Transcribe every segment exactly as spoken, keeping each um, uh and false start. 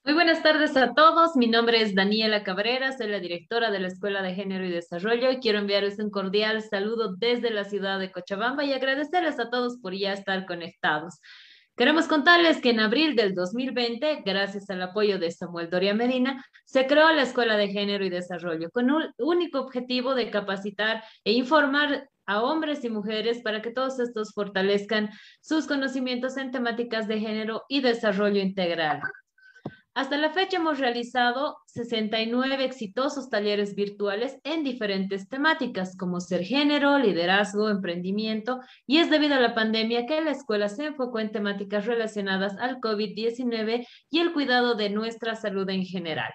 Muy buenas tardes a todos. Mi nombre es Daniela Cabrera, soy la directora de la Escuela de Género y Desarrollo y quiero enviarles un cordial saludo desde la ciudad de Cochabamba y agradecerles a todos por ya estar conectados. Queremos contarles que en abril del dos mil veinte, gracias al apoyo de Samuel Doria Medina, se creó la Escuela de Género y Desarrollo con un único objetivo de capacitar e informar a hombres y mujeres para que todos estos fortalezcan sus conocimientos en temáticas de género y desarrollo integral. Hasta la fecha hemos realizado sesenta y nueve exitosos talleres virtuales en diferentes temáticas como ser género, liderazgo, emprendimiento, y es debido a la pandemia que la escuela se enfocó en temáticas relacionadas al COVID diecinueve y el cuidado de nuestra salud en general.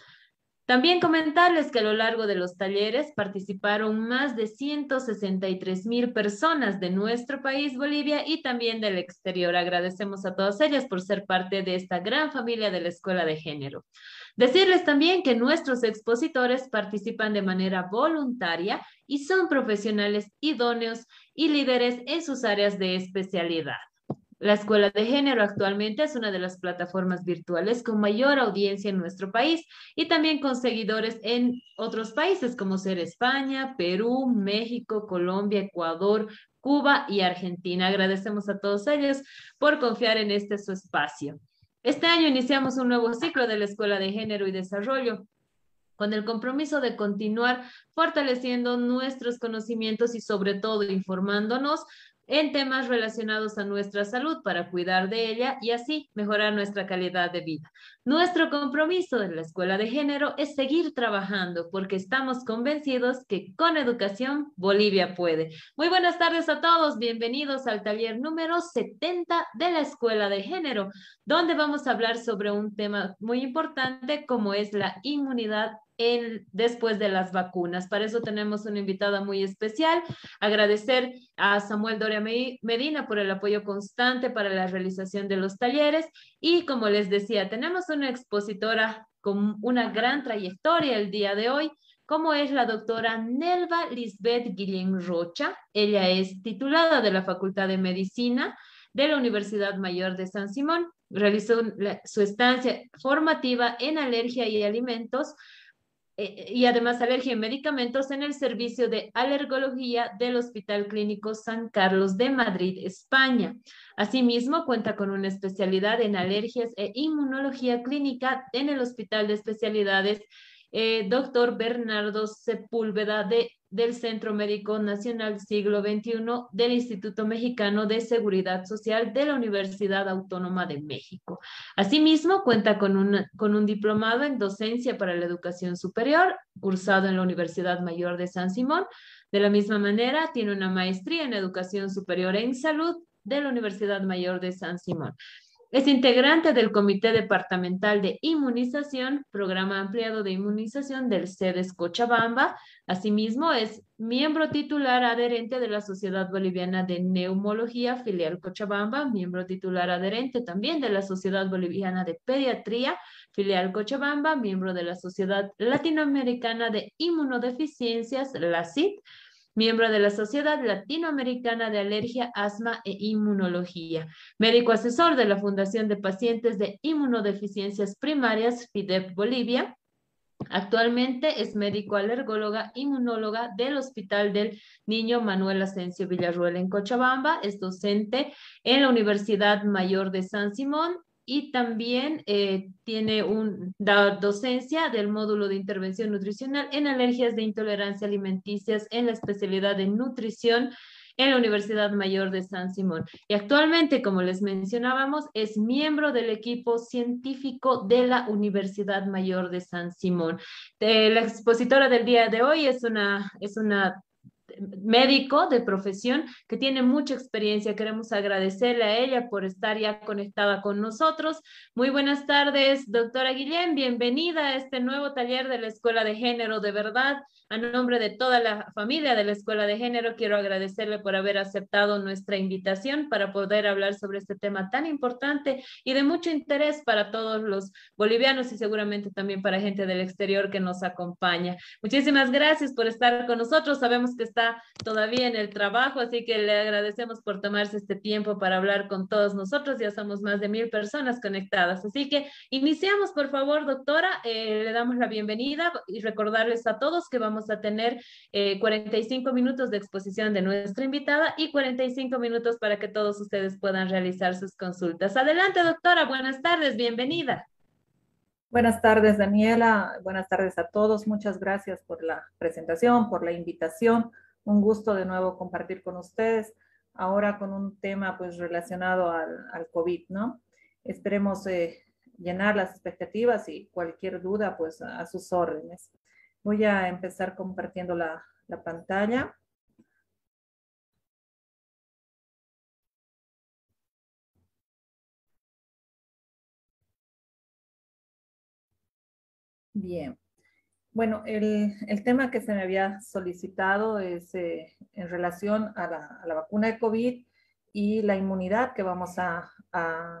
También comentarles que a lo largo de los talleres participaron más de ciento sesenta y tres mil personas de nuestro país, Bolivia, y también del exterior. Agradecemos a todas ellas por ser parte de esta gran familia de la Escuela de Género. Decirles también que nuestros expositores participan de manera voluntaria y son profesionales idóneos y líderes en sus áreas de especialidad. La Escuela de Género actualmente es una de las plataformas virtuales con mayor audiencia en nuestro país y también con seguidores en otros países como ser España, Perú, México, Colombia, Ecuador, Cuba y Argentina. Agradecemos a todos ellos por confiar en este su espacio. Este año iniciamos un nuevo ciclo de la Escuela de Género y Desarrollo con el compromiso de continuar fortaleciendo nuestros conocimientos y sobre todo informándonos en temas relacionados a nuestra salud para cuidar de ella y así mejorar nuestra calidad de vida. Nuestro compromiso en la Escuela de Género es seguir trabajando porque estamos convencidos que con educación Bolivia puede. Muy buenas tardes a todos, bienvenidos al taller número setenta de la Escuela de Género, donde vamos a hablar sobre un tema muy importante como es la inmunidad en, después de las vacunas. Para eso tenemos una invitada muy especial. Agradecer a Samuel Doria Medina por el apoyo constante para la realización de los talleres. Y como les decía, tenemos una expositora con una gran trayectoria el día de hoy, como es la doctora Nelva Lisbeth Guillén Rocha. Ella es titulada de la Facultad de Medicina de la Universidad Mayor de San Simón. Realizó la, su estancia formativa en alergia y alimentos eh, y además alergia y medicamentos en el servicio de alergología del Hospital Clínico San Carlos de Madrid, España. Asimismo, cuenta con una especialidad en alergias e inmunología clínica en el Hospital de Especialidades eh, doctor Bernardo Sepúlveda de, del Centro Médico Nacional Siglo veintiuno del Instituto Mexicano de Seguridad Social de la Universidad Autónoma de México. Asimismo, cuenta con un, con un diplomado en docencia para la educación superior, cursado en la Universidad Mayor de San Simón. De la misma manera, tiene una maestría en educación superior en salud de la Universidad Mayor de San Simón. Es integrante del Comité Departamental de Inmunización, Programa Ampliado de Inmunización del CEDES Cochabamba. Asimismo, es miembro titular adherente de la Sociedad Boliviana de Neumología, filial Cochabamba, miembro titular adherente también de la Sociedad Boliviana de Pediatría, filial Cochabamba, miembro de la Sociedad Latinoamericana de Inmunodeficiencias, la C I D, miembro de la Sociedad Latinoamericana de Alergia, Asma e Inmunología, médico asesor de la Fundación de Pacientes de Inmunodeficiencias Primarias, FIDEP Bolivia. Actualmente es médico alergóloga inmunóloga del Hospital del Niño Manuel Asensio Villarruel en Cochabamba. Es docente en la Universidad Mayor de San Simón y también eh, tiene un, da docencia del módulo de intervención nutricional en alergias de intolerancia alimenticias en la especialidad de nutrición en la Universidad Mayor de San Simón. Y actualmente, como les mencionábamos, es miembro del equipo científico de la Universidad Mayor de San Simón. Eh, la expositora del día de hoy es una, es una médico de profesión que tiene mucha experiencia. Queremos agradecerle a ella por estar ya conectada con nosotros. Muy buenas tardes, doctora Guillén. Bienvenida a este nuevo taller de la Escuela de Género. De verdad, a nombre de toda la familia de la Escuela de Género, quiero agradecerle por haber aceptado nuestra invitación para poder hablar sobre este tema tan importante y de mucho interés para todos los bolivianos y seguramente también para gente del exterior que nos acompaña. Muchísimas gracias por estar con nosotros. Sabemos que está está todavía en el trabajo, así que le agradecemos por tomarse este tiempo para hablar con todos nosotros. Ya somos más de mil personas conectadas. Así que iniciamos, por favor, doctora. Eh, le damos la bienvenida y recordarles a todos que vamos a tener eh, cuarenta y cinco minutos de exposición de nuestra invitada y cuarenta y cinco minutos para que todos ustedes puedan realizar sus consultas. Adelante, doctora. Buenas tardes. Bienvenida. Buenas tardes, Daniela. Buenas tardes a todos. Muchas gracias por la presentación, por la invitación. Un gusto de nuevo compartir con ustedes, ahora con un tema pues relacionado al, al COVID, ¿no? Esperemos eh, llenar las expectativas y cualquier duda pues a, a sus órdenes. Voy a empezar compartiendo la, la pantalla. Bien. Bueno, el, el tema que se me había solicitado es eh, en relación a la, a la vacuna de COVID y la inmunidad que vamos a, a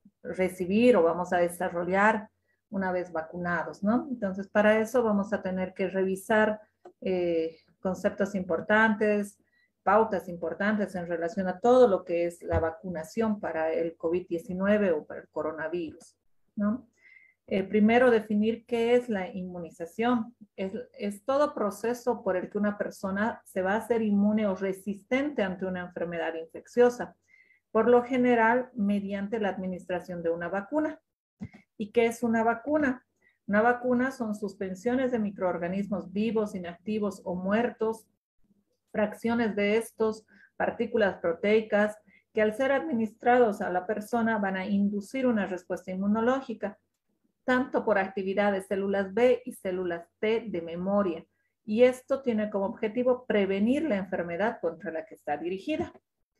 recibir o vamos a desarrollar una vez vacunados, ¿no? Entonces, para eso vamos a tener que revisar eh, conceptos importantes, pautas importantes en relación a todo lo que es la vacunación para el COVID diecinueve o para el coronavirus, ¿no? Eh, primero, definir qué es la inmunización. Es, es todo proceso por el que una persona se va a hacer inmune o resistente ante una enfermedad infecciosa, por lo general mediante la administración de una vacuna. ¿Y qué es una vacuna? Una vacuna son suspensiones de microorganismos vivos, inactivos o muertos, fracciones de estos, partículas proteicas, que al ser administrados a la persona van a inducir una respuesta inmunológica, tanto por actividad de células B y células T de memoria. Y esto tiene como objetivo prevenir la enfermedad contra la que está dirigida.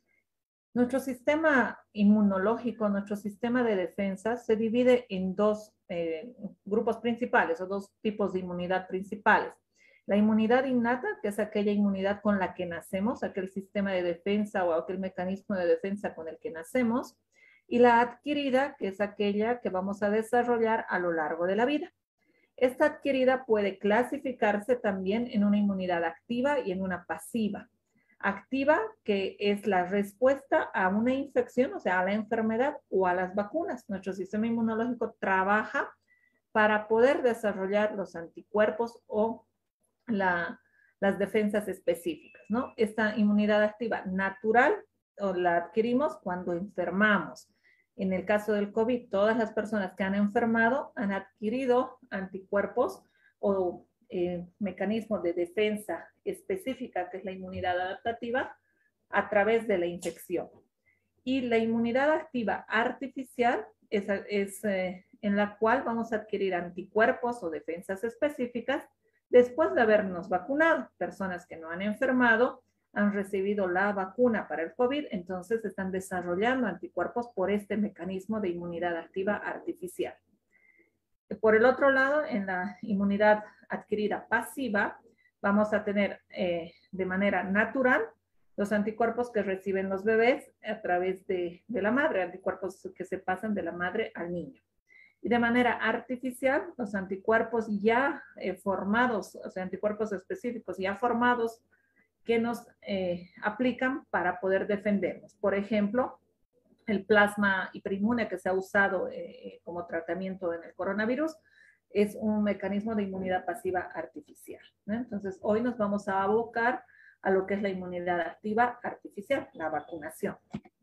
Nuestro sistema inmunológico, nuestro sistema de defensa, se divide en dos eh, grupos principales o dos tipos de inmunidad principales. La inmunidad innata, que es aquella inmunidad con la que nacemos, aquel sistema de defensa o aquel mecanismo de defensa con el que nacemos, y la adquirida, que es aquella que vamos a desarrollar a lo largo de la vida. Esta adquirida puede clasificarse también en una inmunidad activa y en una pasiva. Activa, que es la respuesta a una infección, o sea, a la enfermedad o a las vacunas. Nuestro sistema inmunológico trabaja para poder desarrollar los anticuerpos o la, las defensas específicas, ¿no? Esta inmunidad activa natural o la adquirimos cuando enfermamos. En el caso del COVID, todas las personas que han enfermado han adquirido anticuerpos o eh, mecanismos de defensa específica, que es la inmunidad adaptativa, a través de la infección. Y la inmunidad activa artificial es, es eh, en la cual vamos a adquirir anticuerpos o defensas específicas después de habernos vacunado. Personas que no han enfermado han recibido la vacuna para el COVID, entonces están desarrollando anticuerpos por este mecanismo de inmunidad activa artificial. Por el otro lado, en la inmunidad adquirida pasiva, vamos a tener eh, de manera natural los anticuerpos que reciben los bebés a través de, de la madre, anticuerpos que se pasan de la madre al niño. Y de manera artificial, los anticuerpos ya eh, formados, o sea, anticuerpos específicos ya formados, que nos eh, aplican para poder defendernos. Por ejemplo, el plasma hiperinmune que se ha usado eh, como tratamiento en el coronavirus es un mecanismo de inmunidad pasiva artificial, ¿no? Entonces, hoy nos vamos a abocar a lo que es la inmunidad activa artificial, la vacunación.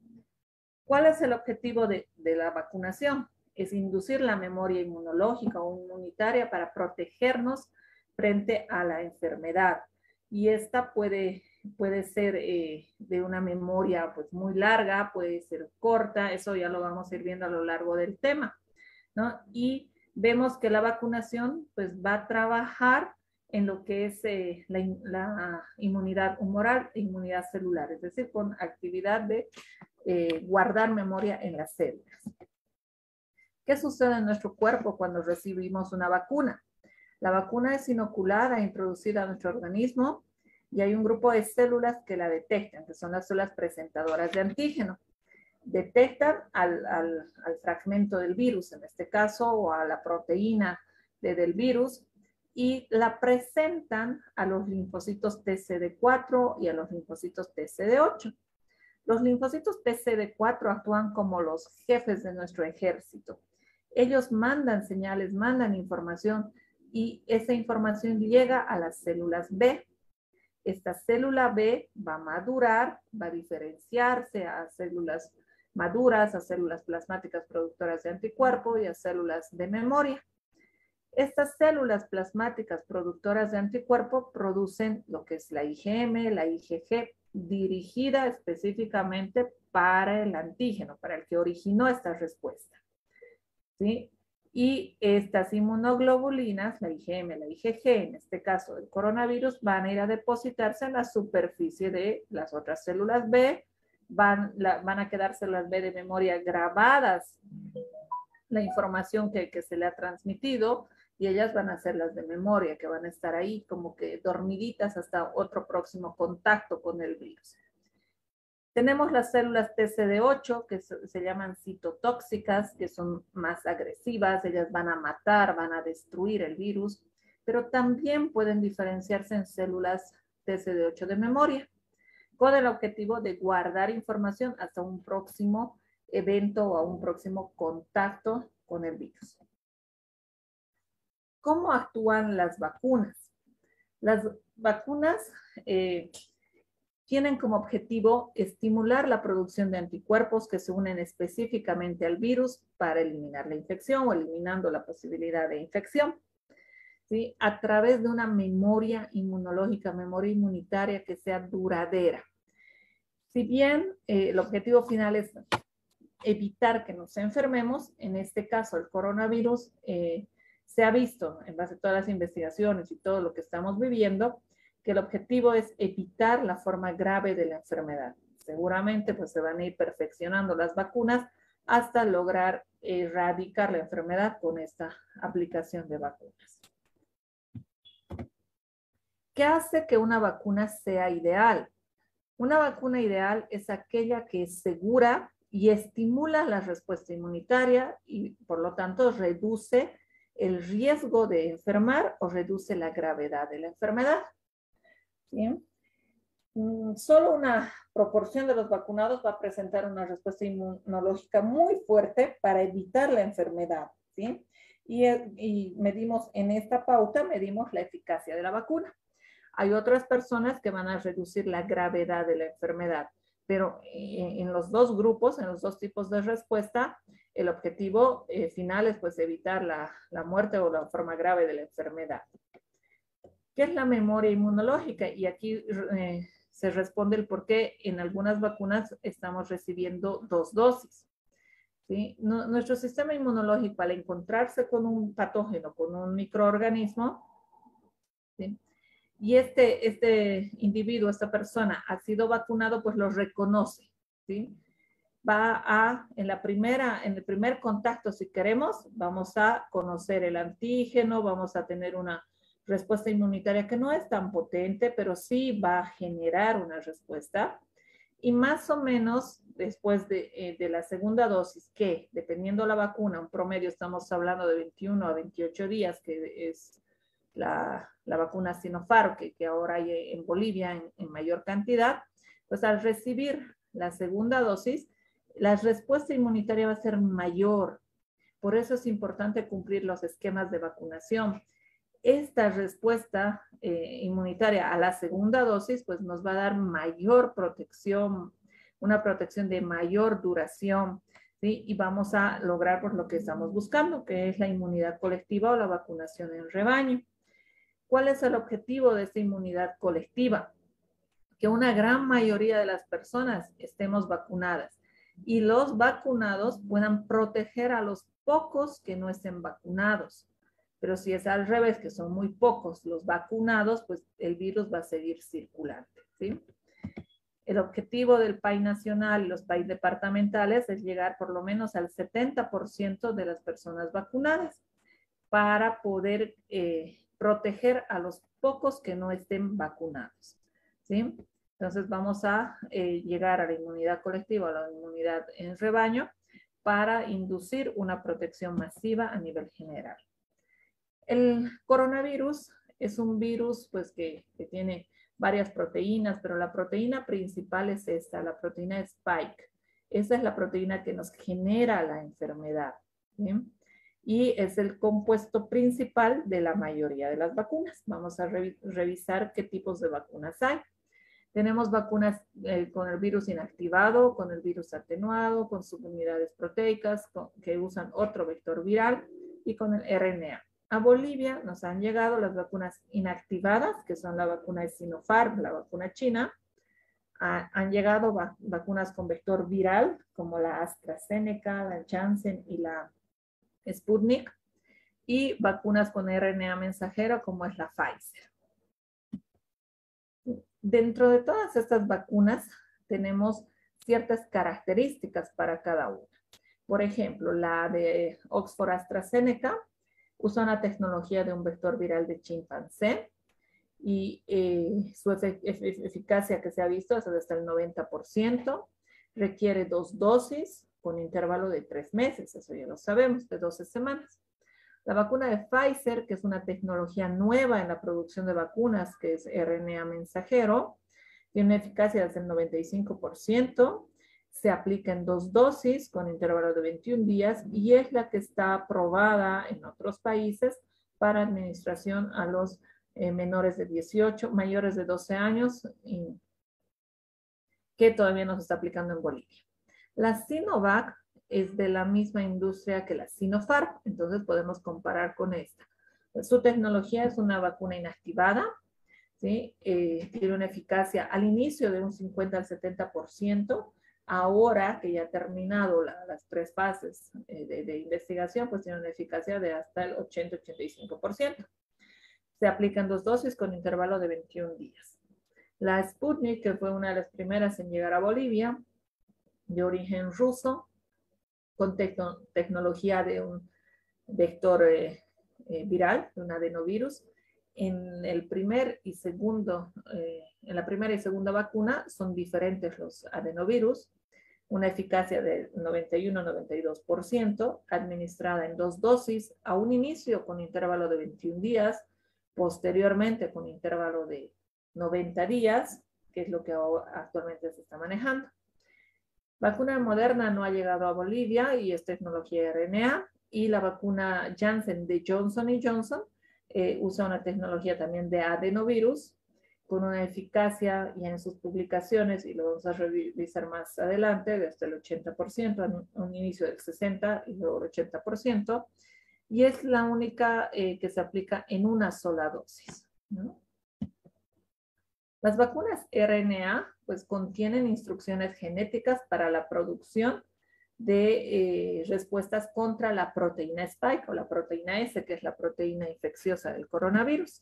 ¿Cuál es el objetivo de, de la vacunación? Es inducir la memoria inmunológica o inmunitaria para protegernos frente a la enfermedad. Y esta puede, puede ser eh, de una memoria pues muy larga, puede ser corta, eso ya lo vamos a ir viendo a lo largo del tema, ¿no? Y vemos que la vacunación pues va a trabajar en lo que es eh, la, la inmunidad humoral e inmunidad celular, es decir, con actividad de eh, guardar memoria en las células. ¿Qué sucede en nuestro cuerpo cuando recibimos una vacuna? La vacuna es inoculada e introducida a nuestro organismo y hay un grupo de células que la detectan, que son las células presentadoras de antígeno. Detectan al, al, al fragmento del virus, en este caso, o a la proteína de, del virus, y la presentan a los linfocitos T C D cuatro y a los linfocitos T C D ocho. Los linfocitos T C D cuatro actúan como los jefes de nuestro ejército. Ellos mandan señales, mandan información y esa información llega a las células B. Esta célula B va a madurar, va a diferenciarse a células maduras, a células plasmáticas productoras de anticuerpo y a células de memoria. Estas células plasmáticas productoras de anticuerpo producen lo que es la I G M, la I G G, dirigida específicamente para el antígeno, para el que originó esta respuesta. ¿Sí? Y estas inmunoglobulinas, la I G M, la I G G, en este caso el coronavirus, van a ir a depositarse en la superficie de las otras células B, van, la, van a quedar células B de memoria grabadas, la información que, que se le ha transmitido, y ellas van a ser las de memoria, que van a estar ahí como que dormiditas hasta otro próximo contacto con el virus. Tenemos las células T C D ocho, que se, se llaman citotóxicas, que son más agresivas, ellas van a matar, van a destruir el virus, pero también pueden diferenciarse en células T C D ocho de memoria, con el objetivo de guardar información hasta un próximo evento o a un próximo contacto con el virus. ¿Cómo actúan las vacunas? Las vacunas eh, tienen como objetivo estimular la producción de anticuerpos que se unen específicamente al virus para eliminar la infección o eliminando la posibilidad de infección, ¿sí? A través de una memoria inmunológica, memoria inmunitaria que sea duradera. Si bien eh, el objetivo final es evitar que nos enfermemos, en este caso el coronavirus, eh, se ha visto en base a todas las investigaciones y todo lo que estamos viviendo, que el objetivo es evitar la forma grave de la enfermedad. Seguramente pues se van a ir perfeccionando las vacunas hasta lograr erradicar la enfermedad con esta aplicación de vacunas. ¿Qué hace que una vacuna sea ideal? Una vacuna ideal es aquella que es segura y estimula la respuesta inmunitaria y por lo tanto reduce el riesgo de enfermar o reduce la gravedad de la enfermedad. Bien. Solo una proporción de los vacunados va a presentar una respuesta inmunológica muy fuerte para evitar la enfermedad, ¿sí? Y, y medimos en esta pauta, medimos la eficacia de la vacuna. Hay otras personas que van a reducir la gravedad de la enfermedad, pero en, en los dos grupos, en los dos tipos de respuesta, el objetivo eh, final es pues evitar la, la muerte o la forma grave de la enfermedad. ¿Qué es la memoria inmunológica? Y aquí eh, se responde el por qué en algunas vacunas estamos recibiendo dos dosis. ¿Sí? No, nuestro sistema inmunológico, al encontrarse con un patógeno, con un microorganismo, ¿sí? Y este, este individuo, esta persona ha sido vacunado, pues lo reconoce, ¿sí? Va a, en la primera, en el primer contacto, si queremos, vamos a conocer el antígeno, vamos a tener una respuesta inmunitaria que no es tan potente, pero sí va a generar una respuesta. Y más o menos después de, eh, de la segunda dosis, que dependiendo la vacuna, un promedio estamos hablando de veintiuno a veintiocho días, que es la, la vacuna Sinopharm, que, que ahora hay en Bolivia en, en mayor cantidad, pues al recibir la segunda dosis, la respuesta inmunitaria va a ser mayor. Por eso es importante cumplir los esquemas de vacunación. Esta respuesta eh, inmunitaria a la segunda dosis, pues nos va a dar mayor protección, una protección de mayor duración, ¿sí? Y vamos a lograr por lo que estamos buscando, que es la inmunidad colectiva o la vacunación en rebaño. ¿Cuál es el objetivo de esta inmunidad colectiva? Que una gran mayoría de las personas estemos vacunadas y los vacunados puedan proteger a los pocos que no estén vacunados. Pero si es al revés, que son muy pocos los vacunados, pues el virus va a seguir circulante, ¿sí? El objetivo del P A I nacional y los P A I departamentales es llegar por lo menos al setenta por ciento de las personas vacunadas para poder eh, proteger a los pocos que no estén vacunados, ¿sí? Entonces vamos a eh, llegar a la inmunidad colectiva, a la inmunidad en rebaño, para inducir una protección masiva a nivel general. El coronavirus es un virus pues, que, que tiene varias proteínas, pero la proteína principal es esta, la proteína Spike. Esa es la proteína que nos genera la enfermedad, ¿sí? Y es el compuesto principal de la mayoría de las vacunas. Vamos a re revisar qué tipos de vacunas hay. Tenemos vacunas eh, con el virus inactivado, con el virus atenuado, con subunidades proteicas, con, que usan otro vector viral y con el R N A. A Bolivia nos han llegado las vacunas inactivadas, que son la vacuna de Sinopharm, la vacuna china. Ha, han llegado va, vacunas con vector viral, como la AstraZeneca, la Janssen y la Sputnik, y vacunas con R N A mensajero, como es la Pfizer. Dentro de todas estas vacunas tenemos ciertas características para cada una. Por ejemplo, la de Oxford AstraZeneca usa una tecnología de un vector viral de chimpancé y eh, su efic eficacia que se ha visto es hasta el noventa por ciento. Requiere dos dosis con intervalo de tres meses, eso ya lo sabemos, de doce semanas. La vacuna de Pfizer, que es una tecnología nueva en la producción de vacunas, que es R N A mensajero, tiene una eficacia hasta el noventa y cinco por ciento, se aplica en dos dosis con intervalo de veintiún días y es la que está aprobada en otros países para administración a los eh, menores de dieciocho, mayores de doce años, y que todavía no se está aplicando en Bolivia. La Sinovac es de la misma industria que la Sinopharm, entonces podemos comparar con esta. Su tecnología es una vacuna inactivada, ¿sí? Eh, tiene una eficacia al inicio de un cincuenta al setenta por ciento, ahora que ya ha terminado la, las tres fases eh, de, de investigación, pues tiene una eficacia de hasta el ochenta a ochenta y cinco por ciento. Se aplican dos dosis con intervalo de veintiún días. La Sputnik, que fue una de las primeras en llegar a Bolivia, de origen ruso, con tecno, tecnología de un vector eh, eh, viral, de un adenovirus. En el primer y segundo, eh, en la primera y segunda vacuna son diferentes los adenovirus, una eficacia de noventa y uno a noventa y dos por ciento, administrada en dos dosis, a un inicio con intervalo de veintiún días, posteriormente con intervalo de noventa días, que es lo que actualmente se está manejando. Vacuna Moderna no ha llegado a Bolivia y es tecnología R N A, y la vacuna Janssen de Johnson y Johnson eh, usa una tecnología también de adenovirus con una eficacia ya en sus publicaciones, y lo vamos a revisar más adelante, de hasta el ochenta por ciento, a un inicio del sesenta por ciento y luego el ochenta por ciento, y es la única eh, que se aplica en una sola dosis, ¿no? Las vacunas R N A pues contienen instrucciones genéticas para la producción de eh, respuestas contra la proteína Spike o la proteína S, que es la proteína infecciosa del coronavirus.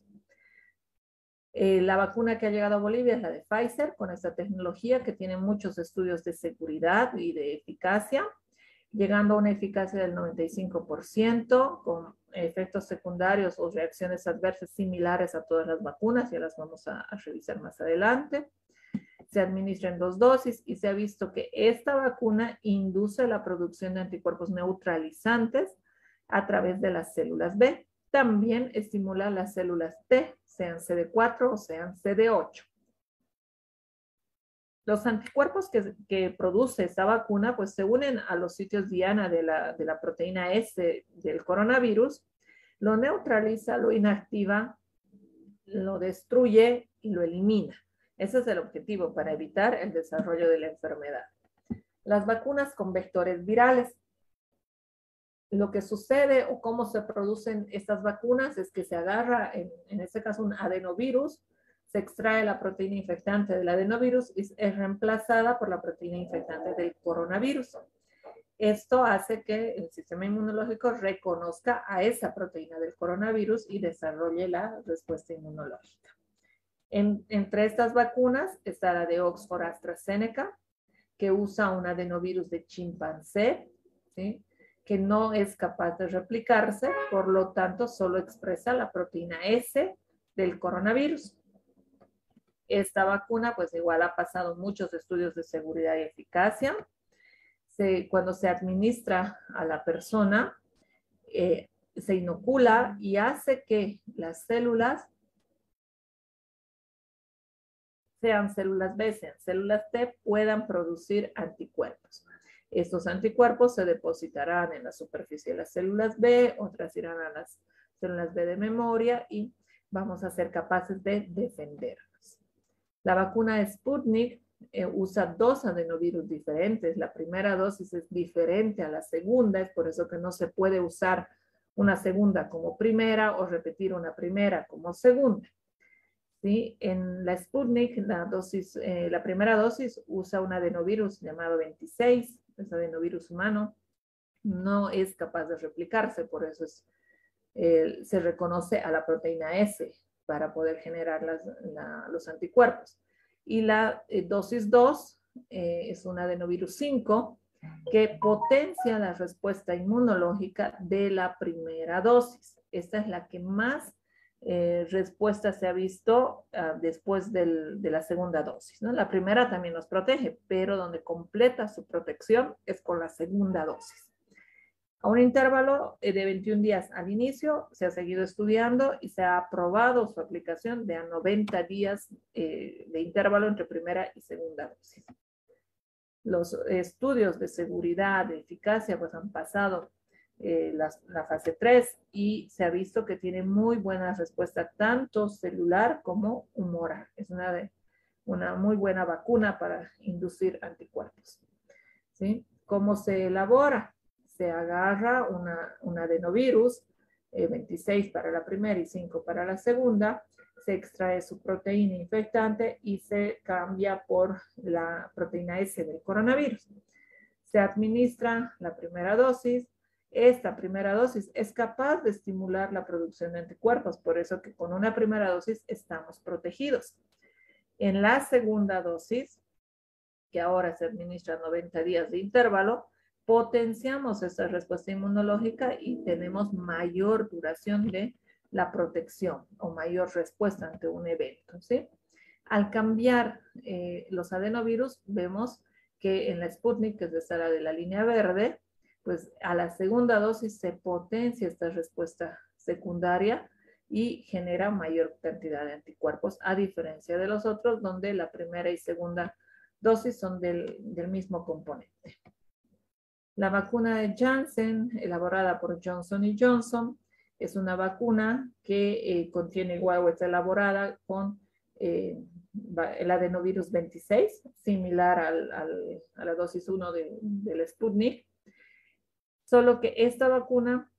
Eh, la vacuna que ha llegado a Bolivia es la de Pfizer, con esta tecnología que tiene muchos estudios de seguridad y de eficacia, llegando a una eficacia del noventa y cinco por ciento, con efectos secundarios o reacciones adversas similares a todas las vacunas, ya las vamos a, a revisar más adelante. Se administra en dos dosis y se ha visto que esta vacuna induce la producción de anticuerpos neutralizantes a través de las células B. También estimula las células T, sean C D cuatro o sean C D ocho. Los anticuerpos que, que produce esta vacuna pues se unen a los sitios diana de la, de la proteína S del coronavirus, lo neutraliza, lo inactiva, lo destruye y lo elimina. Ese es el objetivo para evitar el desarrollo de la enfermedad. Las vacunas con vectores virales. Lo que sucede o cómo se producen estas vacunas es que se agarra, en, en este caso, un adenovirus, se extrae la proteína infectante del adenovirus y es reemplazada por la proteína infectante del coronavirus. Esto hace que el sistema inmunológico reconozca a esa proteína del coronavirus y desarrolle la respuesta inmunológica. En, entre estas vacunas está la de Oxford AstraZeneca, que usa un adenovirus de chimpancé, ¿sí?, que no es capaz de replicarse, por lo tanto solo expresa la proteína S del coronavirus. Esta vacuna pues igual ha pasado muchos estudios de seguridad y eficacia. Se, cuando se administra a la persona, eh, se inocula y hace que las células sean células B, sean células T, puedan producir anticuerpos. Estos anticuerpos se depositarán en la superficie de las células B, otras irán a las células B de memoria y vamos a ser capaces de defendernos. La vacuna Sputnik eh, usa dos adenovirus diferentes. La primera dosis es diferente a la segunda, es por eso que no se puede usar una segunda como primera o repetir una primera como segunda. ¿Sí? En la Sputnik, la, dosis, eh, la primera dosis usa un adenovirus llamado veintiséis, ese adenovirus humano no es capaz de replicarse, por eso es, eh, se reconoce a la proteína S para poder generar las, la, los anticuerpos. Y la eh, dosis dos eh, es un adenovirus cinco que potencia la respuesta inmunológica de la primera dosis. Esta es la que más Eh, respuesta se ha visto uh, después del, de la segunda dosis, ¿no? La primera también nos protege, pero donde completa su protección es con la segunda dosis. A un intervalo de veintiún días al inicio se ha seguido estudiando y se ha aprobado su aplicación de a noventa días eh, de intervalo entre primera y segunda dosis. Los estudios de seguridad, de eficacia, pues han pasado Eh, la, la fase tres y se ha visto que tiene muy buena respuesta tanto celular como humoral. Es una, de, una muy buena vacuna para inducir anticuerpos. ¿Sí? ¿Cómo se elabora? Se agarra una, un adenovirus, eh, veintiséis para la primera y cinco para la segunda, se extrae su proteína infectante y se cambia por la proteína S del coronavirus. Se administra la primera dosis. Esta primera dosis es capaz de estimular la producción de anticuerpos, por eso que con una primera dosis estamos protegidos. En la segunda dosis, que ahora se administra noventa días de intervalo, potenciamos esa respuesta inmunológica y tenemos mayor duración de la protección o mayor respuesta ante un evento, ¿sí? Al cambiar eh, los adenovirus, vemos que en la Sputnik, que es esta la de la línea verde, pues a la segunda dosis se potencia esta respuesta secundaria y genera mayor cantidad de anticuerpos, a diferencia de los otros, donde la primera y segunda dosis son del, del mismo componente. La vacuna de Janssen, elaborada por Johnson y Johnson, es una vacuna que eh, contiene igual o está elaborada con eh, el adenovirus veintiséis, similar al, al, a la dosis uno de, del Sputnik, solo que esta vacuna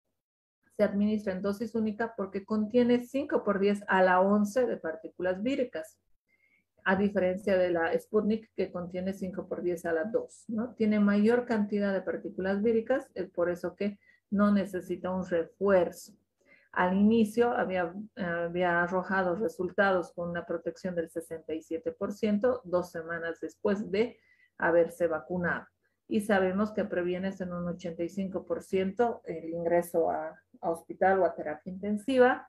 se administra en dosis única porque contiene cinco por diez a la once de partículas víricas, a diferencia de la Sputnik que contiene cinco por diez a la dos, ¿no? Tiene mayor cantidad de partículas víricas, es por eso que no necesita un refuerzo. Al inicio había, había arrojado resultados con una protección del sesenta y siete por ciento dos semanas después de haberse vacunado. Y sabemos que previene en un ochenta y cinco por ciento el ingreso a, a hospital o a terapia intensiva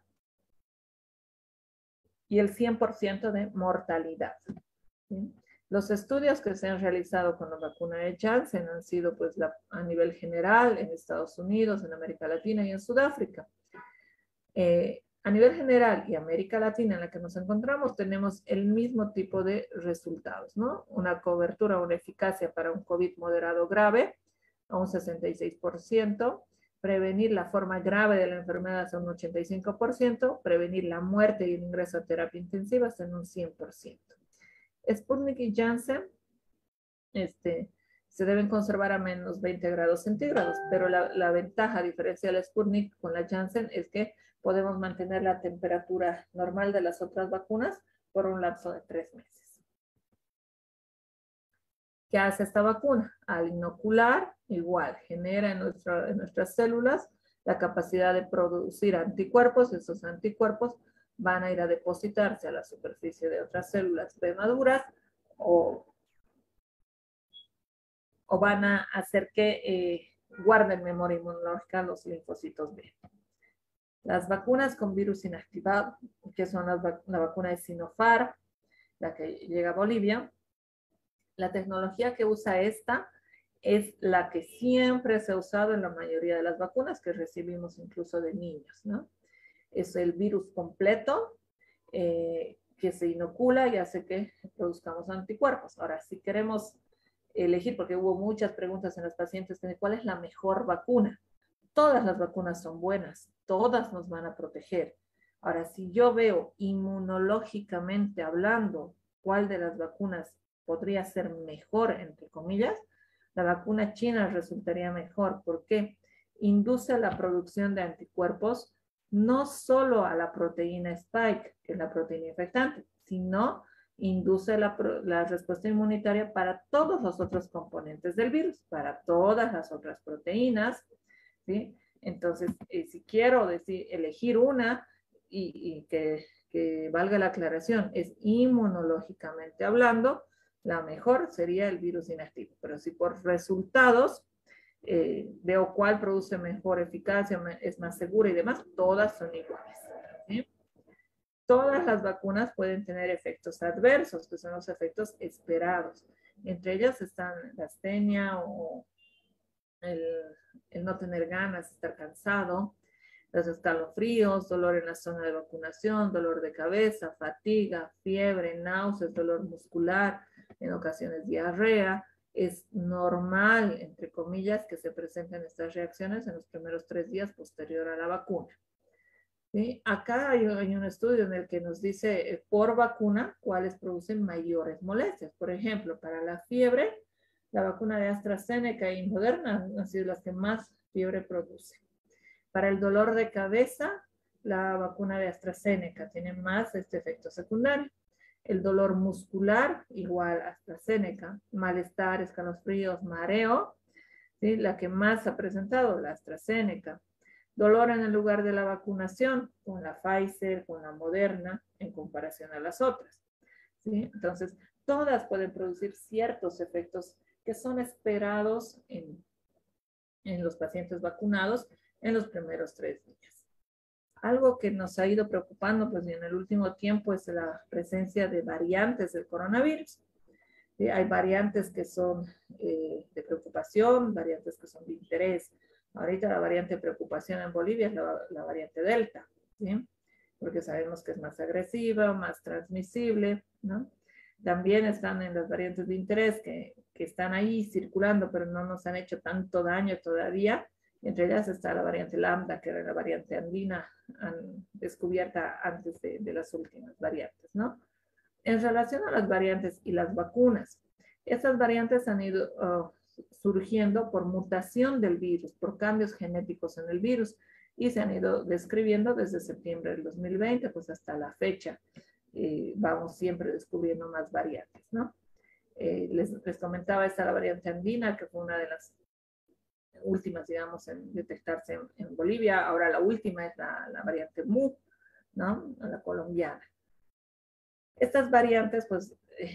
y el cien por ciento de mortalidad. ¿Sí? Los estudios que se han realizado con la vacuna de Janssen han sido pues, la, a nivel general en Estados Unidos, en América Latina y en Sudáfrica. Eh, a nivel general y América Latina en la que nos encontramos, tenemos el mismo tipo de resultados, ¿no? Una cobertura, una eficacia para un COVID moderado grave a un sesenta y seis por ciento, prevenir la forma grave de la enfermedad a un ochenta y cinco por ciento, prevenir la muerte y el ingreso a terapia intensiva en un cien por ciento. Sputnik y Janssen este, se deben conservar a menos veinte grados centígrados, pero la, la ventaja, a diferencia de la Sputnik con la Janssen, es que podemos mantener la temperatura normal de las otras vacunas por un lapso de tres meses. ¿Qué hace esta vacuna? Al inocular, igual, genera en, nuestra, en nuestras células la capacidad de producir anticuerpos. Esos anticuerpos van a ir a depositarse a la superficie de otras células premaduras o, o van a hacer que eh, guarden memoria inmunológica los linfocitos B. Las vacunas con virus inactivado, que son las vac la vacuna de Sinopharm, la que llega a Bolivia, la tecnología que usa esta es la que siempre se ha usado en la mayoría de las vacunas que recibimos incluso de niños, ¿no? Es el virus completo eh, que se inocula y hace que produzcamos anticuerpos. Ahora, si queremos elegir, porque hubo muchas preguntas en los pacientes de cuál es la mejor vacuna. Todas las vacunas son buenas, todas nos van a proteger. Ahora, si yo veo inmunológicamente hablando cuál de las vacunas podría ser mejor, entre comillas, la vacuna china resultaría mejor. ¿Por qué? Induce la producción de anticuerpos no solo a la proteína spike, que es la proteína infectante, sino induce la, la respuesta inmunitaria para todos los otros componentes del virus, para todas las otras proteínas, ¿sí? Entonces, eh, si quiero decir, elegir una y, y que, que valga la aclaración, es inmunológicamente hablando, la mejor sería el virus inactivo. Pero si por resultados eh, veo cuál produce mejor eficacia, es más segura y demás, todas son iguales, ¿sí? Todas las vacunas pueden tener efectos adversos, que son los efectos esperados. Entre ellas están la astenia o el, el no tener ganas, estar cansado, los escalofríos, dolor en la zona de vacunación, dolor de cabeza, fatiga, fiebre, náuseas, dolor muscular, en ocasiones diarrea. Es normal, entre comillas, que se presenten estas reacciones en los primeros tres días posterior a la vacuna. ¿Sí? Acá hay, hay un estudio en el que nos dice eh, por vacuna cuáles producen mayores molestias. Por ejemplo, para la fiebre, la vacuna de AstraZeneca y Moderna han sido las que más fiebre producen. Para el dolor de cabeza, la vacuna de AstraZeneca tiene más este efecto secundario. El dolor muscular, igual AstraZeneca. Malestar, escalofríos, mareo, ¿sí? La que más ha presentado, la AstraZeneca. Dolor en el lugar de la vacunación, con la Pfizer, con la Moderna, en comparación a las otras, ¿sí? Entonces, todas pueden producir ciertos efectos que son esperados en, en los pacientes vacunados en los primeros tres días. Algo que nos ha ido preocupando pues, en el último tiempo es la presencia de variantes del coronavirus. ¿Sí? Hay variantes que son eh, de preocupación, variantes que son de interés. Ahorita la variante de preocupación en Bolivia es la, la variante Delta, ¿sí? Porque sabemos que es más agresiva, más transmisible, ¿no? También están en las variantes de interés que, que están ahí circulando, pero no nos han hecho tanto daño todavía. Entre ellas está la variante Lambda, que era la variante andina han descubierta antes de, de las últimas variantes, ¿no? En relación a las variantes y las vacunas, estas variantes han ido uh, surgiendo por mutación del virus, por cambios genéticos en el virus, y se han ido describiendo desde septiembre del dos mil veinte, pues hasta la fecha. Eh, vamos siempre descubriendo más variantes, ¿no? Eh, les, les comentaba esta la variante andina, que fue una de las últimas, digamos, en detectarse en, en Bolivia. Ahora la última es la, la variante Mu, ¿no? La colombiana. Estas variantes, pues, eh,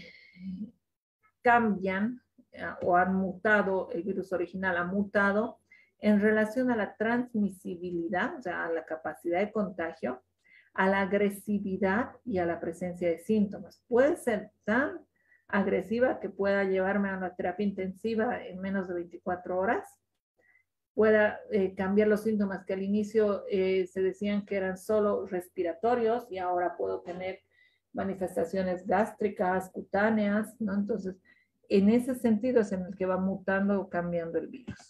cambian eh, o han mutado, el virus original ha mutado en relación a la transmisibilidad, o sea, a la capacidad de contagio, a la agresividad y a la presencia de síntomas. Puede ser tan agresiva que pueda llevarme a una terapia intensiva en menos de veinticuatro horas, pueda eh, cambiar los síntomas que al inicio eh, se decían que eran solo respiratorios y ahora puedo tener manifestaciones gástricas, cutáneas, ¿no? Entonces, en ese sentido es en el que va mutando o cambiando el virus.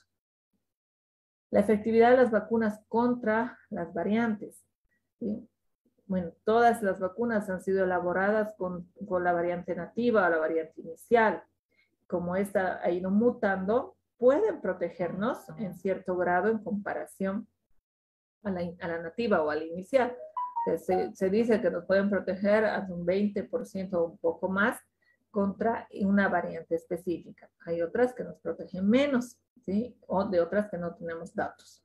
La efectividad de las vacunas contra las variantes, ¿sí? Bueno, todas las vacunas han sido elaboradas con, con la variante nativa o la variante inicial. Como esta ha ido mutando, pueden protegernos en cierto grado en comparación a la, a la nativa o a la inicial. Se, se dice que nos pueden proteger hasta un veinte por ciento o un poco más contra una variante específica. Hay otras que nos protegen menos, ¿sí? O de otras que no tenemos datos.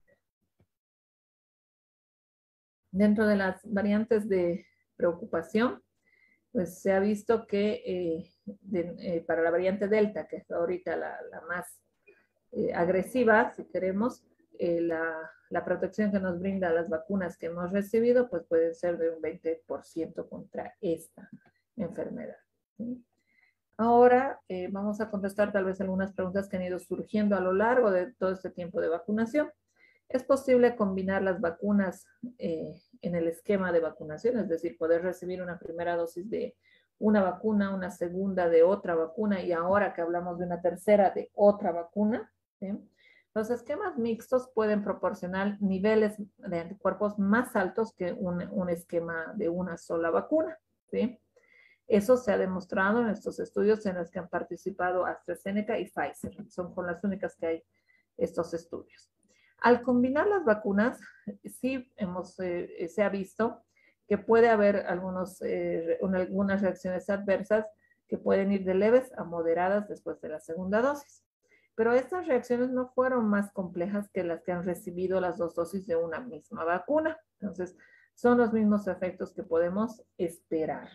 Dentro de las variantes de preocupación, pues se ha visto que eh, de, eh, para la variante Delta, que es ahorita la, la más eh, agresiva, si queremos, eh, la, la protección que nos brinda las vacunas que hemos recibido, pues puede ser de un veinte por ciento contra esta enfermedad, ¿sí? Ahora eh, vamos a contestar tal vez algunas preguntas que han ido surgiendo a lo largo de todo este tiempo de vacunación. ¿Es posible combinar las vacunas eh, en el esquema de vacunación? Es decir, poder recibir una primera dosis de una vacuna, una segunda de otra vacuna y ahora que hablamos de una tercera de otra vacuna. ¿Sí? Los esquemas mixtos pueden proporcionar niveles de anticuerpos más altos que un, un esquema de una sola vacuna. ¿Sí? Eso se ha demostrado en estos estudios en los que han participado AstraZeneca y Pfizer. Son con las únicas que hay estos estudios. Al combinar las vacunas, sí hemos, eh, se ha visto que puede haber algunos, eh, una, algunas reacciones adversas que pueden ir de leves a moderadas después de la segunda dosis. Pero estas reacciones no fueron más complejas que las que han recibido las dos dosis de una misma vacuna. Entonces, son los mismos efectos que podemos esperar.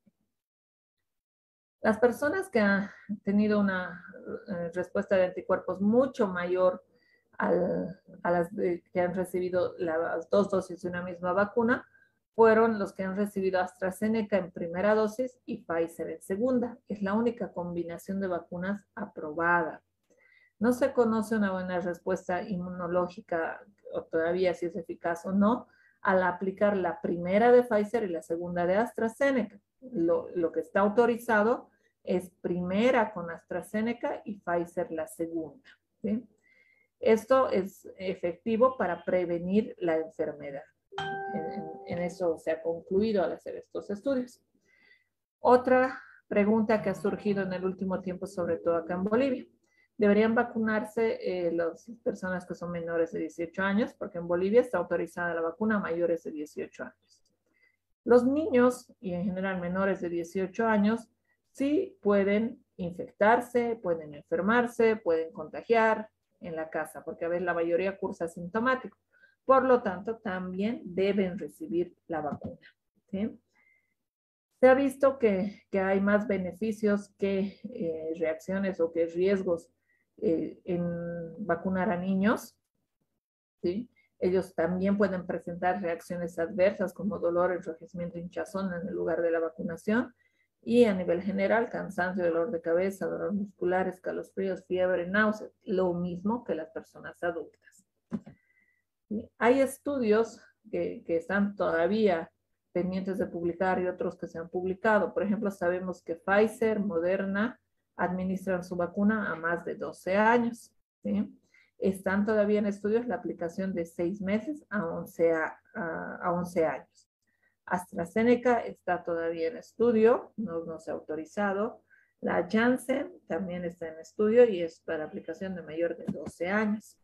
Las personas que han tenido una eh, respuesta de anticuerpos mucho mayor al, a las de, que han recibido las dos dosis de una misma vacuna fueron los que han recibido AstraZeneca en primera dosis y Pfizer en segunda. Es la única combinación de vacunas aprobada. No se conoce una buena respuesta inmunológica o todavía si es eficaz o no al aplicar la primera de Pfizer y la segunda de AstraZeneca. Lo, lo que está autorizado es primera con AstraZeneca y Pfizer la segunda. ¿Sí? Esto es efectivo para prevenir la enfermedad. En, en, en eso se ha concluido al hacer estos estudios. Otra pregunta que ha surgido en el último tiempo, sobre todo acá en Bolivia. ¿Deberían vacunarse eh, las personas que son menores de dieciocho años? Porque en Bolivia está autorizada la vacuna a mayores de dieciocho años. Los niños, y en general menores de dieciocho años, sí pueden infectarse, pueden enfermarse, pueden contagiar en la casa, porque a veces la mayoría cursa asintomático. Por lo tanto, también deben recibir la vacuna. ¿Sí? Se ha visto que, que hay más beneficios que eh, reacciones o que riesgos eh, en vacunar a niños. ¿Sí? Ellos también pueden presentar reacciones adversas como dolor, enrojecimiento, hinchazón en el lugar de la vacunación. Y a nivel general, cansancio, dolor de cabeza, dolor muscular, escalofríos, fiebre, náuseas, lo mismo que las personas adultas. ¿Sí? Hay estudios que, que están todavía pendientes de publicar y otros que se han publicado. Por ejemplo, sabemos que Pfizer, Moderna administran su vacuna a más de doce años. ¿Sí? Están todavía en estudios la aplicación de seis meses a once, a, a, a once años. AstraZeneca está todavía en estudio, no, no se ha autorizado. La Janssen también está en estudio y es para aplicación de mayor de doce años.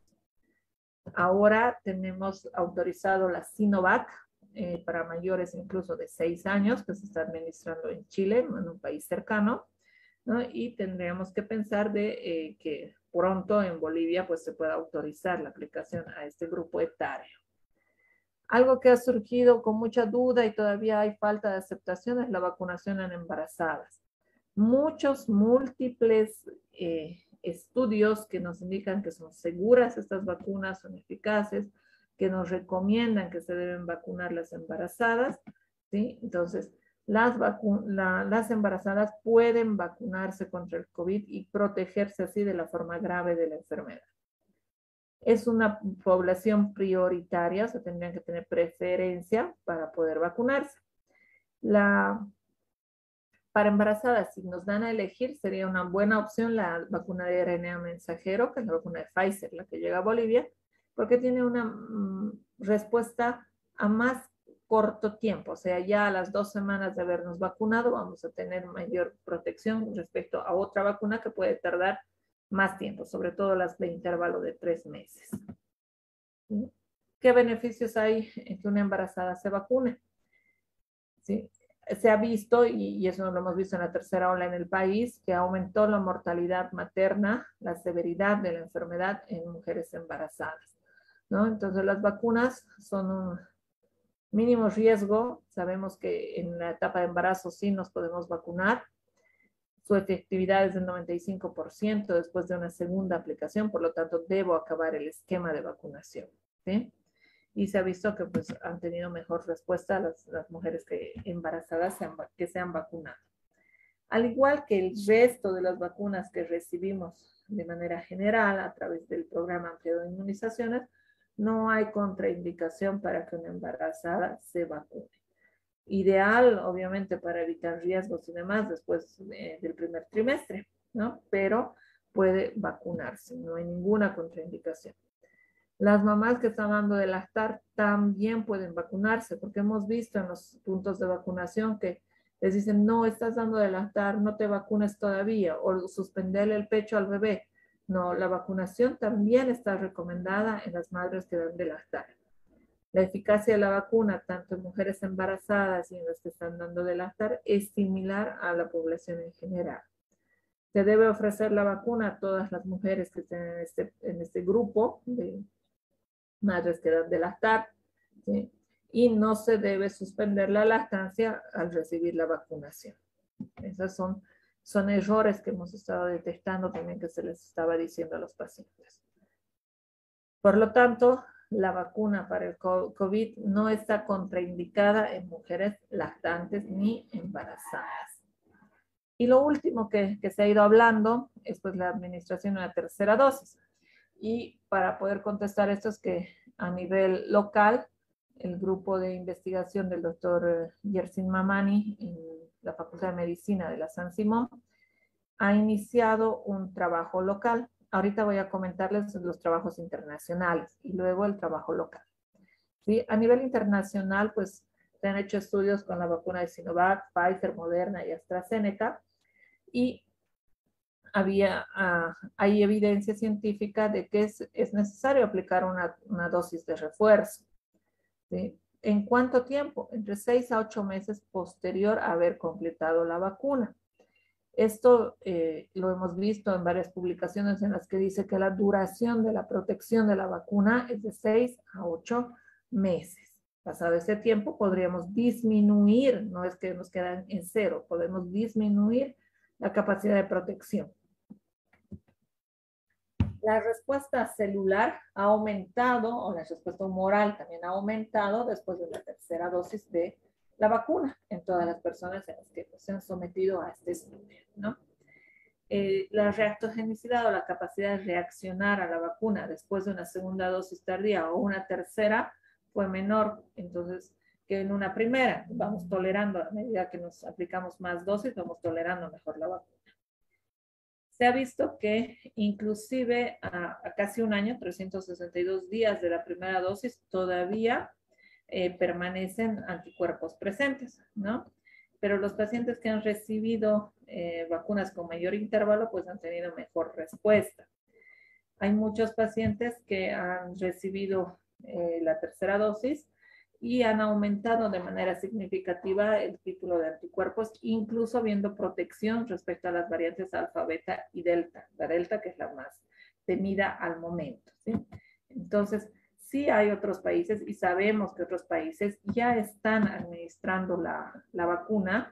Ahora tenemos autorizado la Sinovac eh, para mayores incluso de seis años, que se está administrando en Chile, en un país cercano, ¿no? Y tendríamos que pensar de eh, que pronto en Bolivia pues se pueda autorizar la aplicación a este grupo etario. Algo que ha surgido con mucha duda y todavía hay falta de aceptación es la vacunación en embarazadas. Muchos múltiples eh, estudios que nos indican que son seguras estas vacunas, son eficaces, que nos recomiendan que se deben vacunar las embarazadas, ¿sí? Entonces, las, la, las embarazadas pueden vacunarse contra el COVID y protegerse así de la forma grave de la enfermedad. Es una población prioritaria, o sea, tendrían que tener preferencia para poder vacunarse. La, para embarazadas, si nos dan a elegir, sería una buena opción la vacuna de R N A mensajero, que es la vacuna de Pfizer, la que llega a Bolivia, porque tiene una mm, respuesta a más corto tiempo, o sea, ya a las dos semanas de habernos vacunado vamos a tener mayor protección respecto a otra vacuna que puede tardar más tiempo, sobre todo las de intervalo de tres meses. ¿Sí? ¿Qué beneficios hay en que una embarazada se vacune? ¿Sí? Se ha visto, y, y eso lo hemos visto en la tercera ola en el país, que aumentó la mortalidad materna, la severidad de la enfermedad en mujeres embarazadas, ¿no? Entonces las vacunas son un mínimo riesgo. Sabemos que en la etapa de embarazo sí nos podemos vacunar. Su efectividad es del noventa y cinco por ciento después de una segunda aplicación, por lo tanto debo acabar el esquema de vacunación, ¿sí? Y se ha visto que pues, han tenido mejor respuesta las, las mujeres que embarazadas se han, que se han vacunado. Al igual que el resto de las vacunas que recibimos de manera general a través del programa ampliado de inmunizaciones, no hay contraindicación para que una embarazada se vacune. Ideal, obviamente, para evitar riesgos y demás después eh, del primer trimestre, ¿no? Pero puede vacunarse, no hay ninguna contraindicación. Las mamás que están dando de lactar también pueden vacunarse, porque hemos visto en los puntos de vacunación que les dicen, no, estás dando de lactar, no te vacunes todavía, o suspenderle el pecho al bebé. No, la vacunación también está recomendada en las madres que dan de lactar. La eficacia de la vacuna, tanto en mujeres embarazadas y en las que están dando de lactar, es similar a la población en general. Se debe ofrecer la vacuna a todas las mujeres que estén en este, en este grupo de madres que dan de lactar, ¿sí? Y no se debe suspender la lactancia al recibir la vacunación. Esos son, son errores que hemos estado detectando también que se les estaba diciendo a los pacientes. Por lo tanto, la vacuna para el COVID no está contraindicada en mujeres lactantes ni embarazadas. Y lo último que, que se ha ido hablando es pues la administración de una tercera dosis. Y para poder contestar esto es que a nivel local, el grupo de investigación del doctor Yersin Mamani en la Facultad de Medicina de la San Simón ha iniciado un trabajo local. Ahorita voy a comentarles los trabajos internacionales y luego el trabajo local. ¿Sí? A nivel internacional, pues se han hecho estudios con la vacuna de Sinovac, Pfizer, Moderna y AstraZeneca y había, uh, hay evidencia científica de que es, es necesario aplicar una, una dosis de refuerzo. ¿Sí? ¿En cuánto tiempo? Entre seis a ocho meses posterior a haber completado la vacuna. Esto eh, lo hemos visto en varias publicaciones en las que dice que la duración de la protección de la vacuna es de seis a ocho meses. Pasado ese tiempo podríamos disminuir, no es que nos quedan en cero, podemos disminuir la capacidad de protección. La respuesta celular ha aumentado, o la respuesta humoral también ha aumentado después de la tercera dosis de la vacuna en todas las personas en las que se han sometido a este estudio, ¿no? Eh, la reactogenicidad o la capacidad de reaccionar a la vacuna después de una segunda dosis tardía o una tercera fue menor, entonces, que en una primera. Vamos tolerando, a medida que nos aplicamos más dosis, vamos tolerando mejor la vacuna. Se ha visto que inclusive a, a casi un año, trescientos sesenta y dos días de la primera dosis, todavía eh, permanecen anticuerpos presentes, ¿no? Pero los pacientes que han recibido eh, vacunas con mayor intervalo, pues han tenido mejor respuesta. Hay muchos pacientes que han recibido eh, la tercera dosis y han aumentado de manera significativa el título de anticuerpos, incluso viendo protección respecto a las variantes alfa, beta y delta. La delta, que es la más temida al momento, ¿sí? Entonces, sí hay otros países y sabemos que otros países ya están administrando la, la vacuna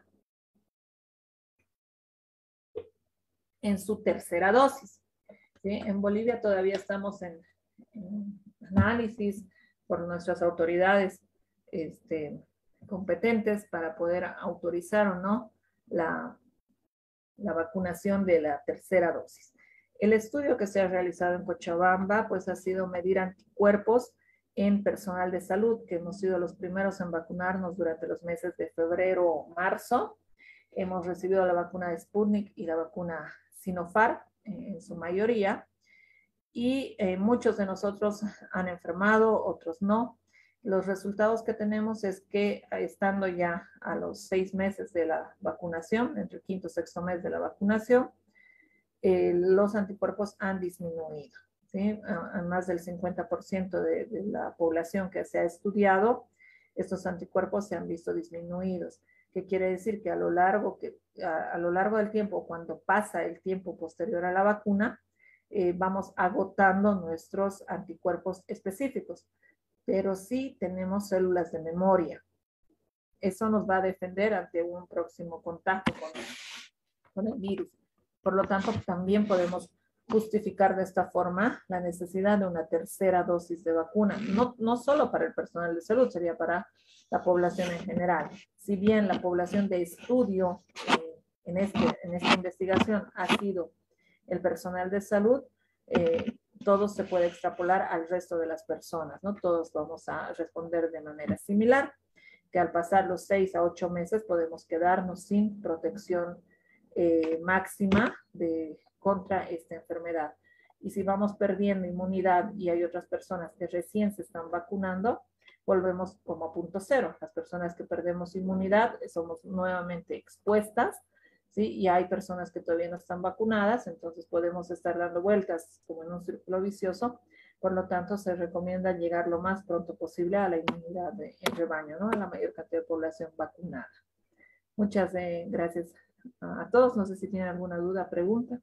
en su tercera dosis, ¿sí? En Bolivia todavía estamos en, en análisis por nuestras autoridades este, competentes para poder autorizar o no la, la vacunación de la tercera dosis. El estudio que se ha realizado en Cochabamba pues ha sido medir anticuerpos en personal de salud, que hemos sido los primeros en vacunarnos durante los meses de febrero o marzo. Hemos recibido la vacuna de Sputnik y la vacuna Sinopharm eh, en su mayoría, y eh, muchos de nosotros han enfermado, otros no. Los resultados que tenemos es que estando ya a los seis meses de la vacunación, entre el quinto y sexto mes de la vacunación, eh, los anticuerpos han disminuido, ¿sí? A, a más del cincuenta por ciento de, de la población que se ha estudiado, estos anticuerpos se han visto disminuidos. ¿Qué quiere decir? Que a lo largo, que, a, a lo largo del tiempo, cuando pasa el tiempo posterior a la vacuna, eh, vamos agotando nuestros anticuerpos específicos, pero sí tenemos células de memoria. Eso nos va a defender ante un próximo contacto con, con el virus. Por lo tanto, también podemos justificar de esta forma la necesidad de una tercera dosis de vacuna, no, no solo para el personal de salud, sería para la población en general. Si bien la población de estudio eh, en, este, en esta investigación ha sido el personal de salud, eh, todo se puede extrapolar al resto de las personas, ¿no? Todos vamos a responder de manera similar, que al pasar los seis a ocho meses podemos quedarnos sin protección eh, máxima de, contra esta enfermedad. Y si vamos perdiendo inmunidad y hay otras personas que recién se están vacunando, volvemos como a punto cero. Las personas que perdemos inmunidad somos nuevamente expuestas, ¿sí? Y hay personas que todavía no están vacunadas, entonces podemos estar dando vueltas como en un círculo vicioso. Por lo tanto, se recomienda llegar lo más pronto posible a la inmunidad de, en rebaño, ¿no? A la mayor cantidad de población vacunada. Muchas eh, gracias a todos. No sé si tienen alguna duda, pregunta.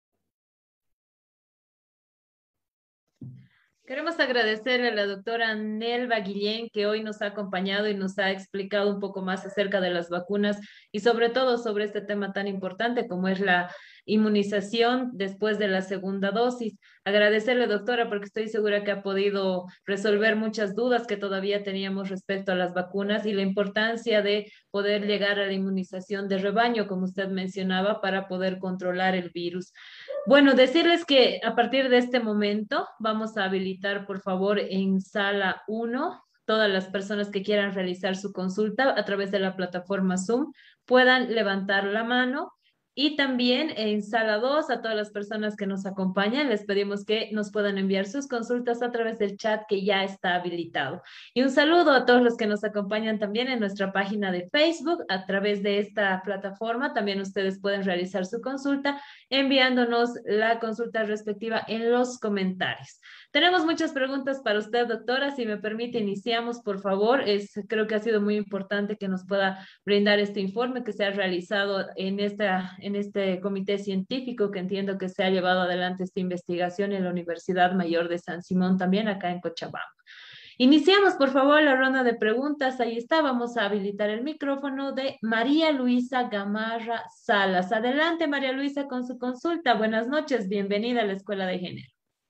Queremos agradecerle a la doctora Nelva Guillén, que hoy nos ha acompañado y nos ha explicado un poco más acerca de las vacunas y sobre todo sobre este tema tan importante como es la inmunización después de la segunda dosis. Agradecerle, doctora, porque estoy segura que ha podido resolver muchas dudas que todavía teníamos respecto a las vacunas y la importancia de poder llegar a la inmunización de rebaño, como usted mencionaba, para poder controlar el virus. Bueno, decirles que a partir de este momento vamos a habilitar, por favor, en sala uno, todas las personas que quieran realizar su consulta a través de la plataforma Zoom puedan levantar la mano. Y también en sala dos, a todas las personas que nos acompañan, les pedimos que nos puedan enviar sus consultas a través del chat que ya está habilitado. Y un saludo a todos los que nos acompañan también en nuestra página de Facebook. A través de esta plataforma también ustedes pueden realizar su consulta enviándonos la consulta respectiva en los comentarios. Tenemos muchas preguntas para usted, doctora. Si me permite, iniciamos, por favor. Es, creo que ha sido muy importante que nos pueda brindar este informe que se ha realizado en, esta, en este comité científico, que entiendo que se ha llevado adelante esta investigación en la Universidad Mayor de San Simón, también acá en Cochabamba. Iniciamos, por favor, la ronda de preguntas. Ahí está, vamos a habilitar el micrófono de María Luisa Gamarra Salas. Adelante, María Luisa, con su consulta. Buenas noches, bienvenida a la Escuela de Género.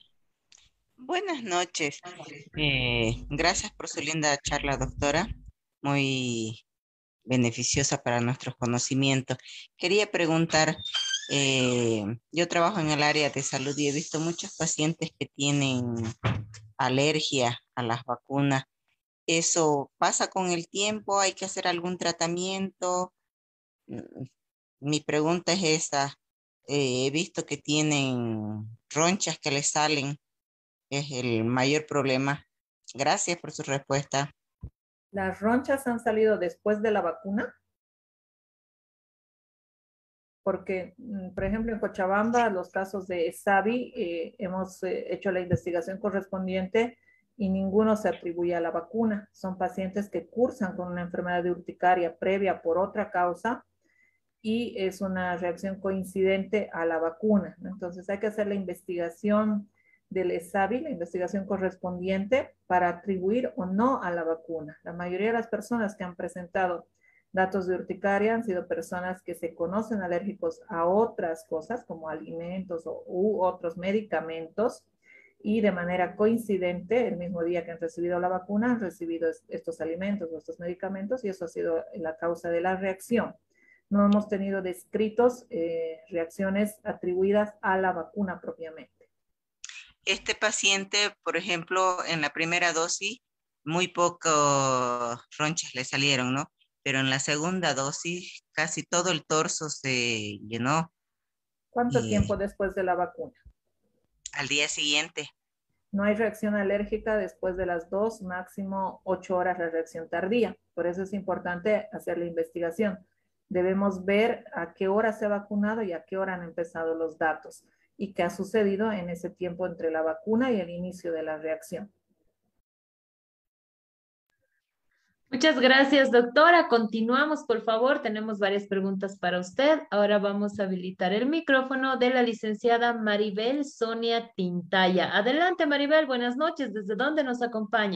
Buenas noches. Eh, gracias por su linda charla, doctora. Muy beneficiosa para nuestros conocimientos. Quería preguntar, eh, yo trabajo en el área de salud y he visto muchos pacientes que tienen alergia a las vacunas. ¿Eso pasa con el tiempo? ¿Hay que hacer algún tratamiento? Mm, Mi pregunta es esa. Eh, he visto que tienen ronchas que les salen. Es el mayor problema. Gracias por su respuesta. ¿Las ronchas han salido después de la vacuna? Porque, por ejemplo, en Cochabamba, los casos de SAVI, eh, hemos eh, hecho la investigación correspondiente y ninguno se atribuye a la vacuna. Son pacientes que cursan con una enfermedad de urticaria previa por otra causa y es una reacción coincidente a la vacuna, ¿no? Entonces hay que hacer la investigación del SAVI, la investigación correspondiente, para atribuir o no a la vacuna. La mayoría de las personas que han presentado datos de urticaria han sido personas que se conocen alérgicos a otras cosas, como alimentos o, u otros medicamentos, y de manera coincidente, el mismo día que han recibido la vacuna, han recibido estos alimentos o estos medicamentos, y eso ha sido la causa de la reacción. No hemos tenido descritos eh, reacciones atribuidas a la vacuna propiamente. Este paciente, por ejemplo, en la primera dosis, muy pocos ronchas le salieron, ¿no? Pero en la segunda dosis, casi todo el torso se llenó. ¿Cuánto Y tiempo después de la vacuna? al día siguiente. No hay reacción alérgica después de las dos, máximo ocho horas la reacción tardía. Por eso es importante hacer la investigación. Debemos ver a qué hora se ha vacunado y a qué hora han empezado los datos y qué ha sucedido en ese tiempo entre la vacuna y el inicio de la reacción. Muchas gracias, doctora. Continuamos, por favor. Tenemos varias preguntas para usted. Ahora vamos a habilitar el micrófono de la licenciada Maribel Sonia Tintaya. Adelante, Maribel. Buenas noches. ¿Desde dónde nos acompaña?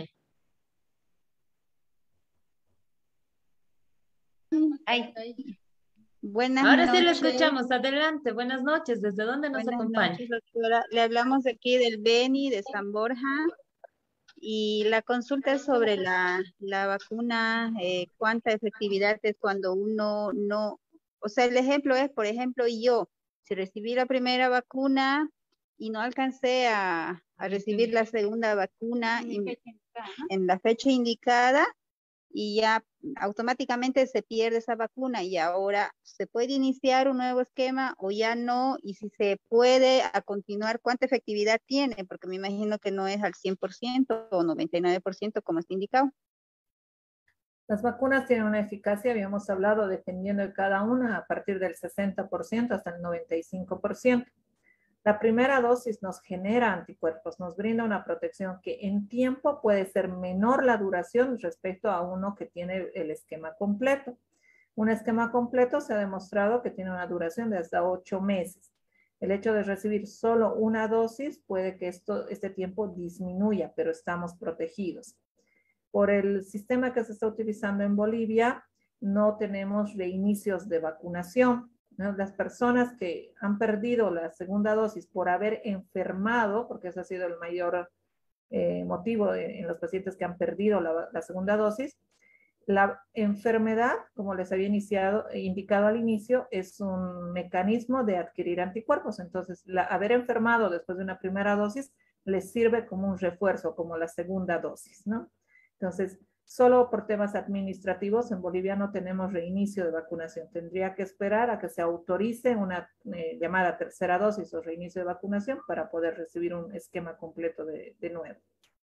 Ay, buenas Ahora sí la noches. escuchamos. Adelante. Buenas noches. ¿Desde dónde nos Buenas acompaña? noches, doctora. Le hablamos de aquí del Beni, de San Borja. Y la consulta es sobre la, la vacuna, eh, cuánta efectividad es cuando uno no, O sea, el ejemplo es, por ejemplo, yo, si recibí la primera vacuna y no alcancé a, a recibir la segunda vacuna en, en la fecha indicada, y ya automáticamente se pierde esa vacuna y ahora se puede iniciar un nuevo esquema o ya no, y si se puede a continuar, ¿cuánta efectividad tiene? Porque me imagino que no es al cien por ciento o noventa y nueve por ciento como está indicado. Las vacunas tienen una eficacia, habíamos hablado, dependiendo de cada una, a partir del sesenta por ciento hasta el noventa y cinco por ciento. La primera dosis nos genera anticuerpos, nos brinda una protección que en tiempo puede ser menor la duración respecto a uno que tiene el esquema completo. Un esquema completo se ha demostrado que tiene una duración de hasta ocho meses. El hecho de recibir solo una dosis puede que esto, este tiempo disminuya, pero estamos protegidos. Por el sistema que se está utilizando en Bolivia, no tenemos reinicios de vacunación. ¿No? Las personas que han perdido la segunda dosis por haber enfermado, porque ese ha sido el mayor eh, motivo de, en los pacientes que han perdido la, la segunda dosis, la enfermedad, como les había iniciado, indicado al inicio, es un mecanismo de adquirir anticuerpos. Entonces, la, haber enfermado después de una primera dosis les sirve como un refuerzo, como la segunda dosis, ¿no? Entonces, solo por temas administrativos en Bolivia no tenemos reinicio de vacunación. Tendría que esperar a que se autorice una eh, llamada tercera dosis o reinicio de vacunación para poder recibir un esquema completo de, de nuevo.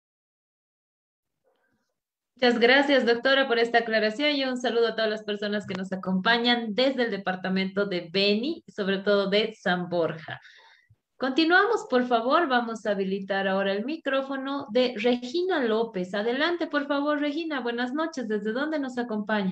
Muchas gracias, doctora, por esta aclaración y un saludo a todas las personas que nos acompañan desde el departamento de Beni, sobre todo de San Borja. Continuamos, por favor. Vamos a habilitar ahora el micrófono de Regina López. Adelante, por favor, Regina. Buenas noches. ¿Desde dónde nos acompaña?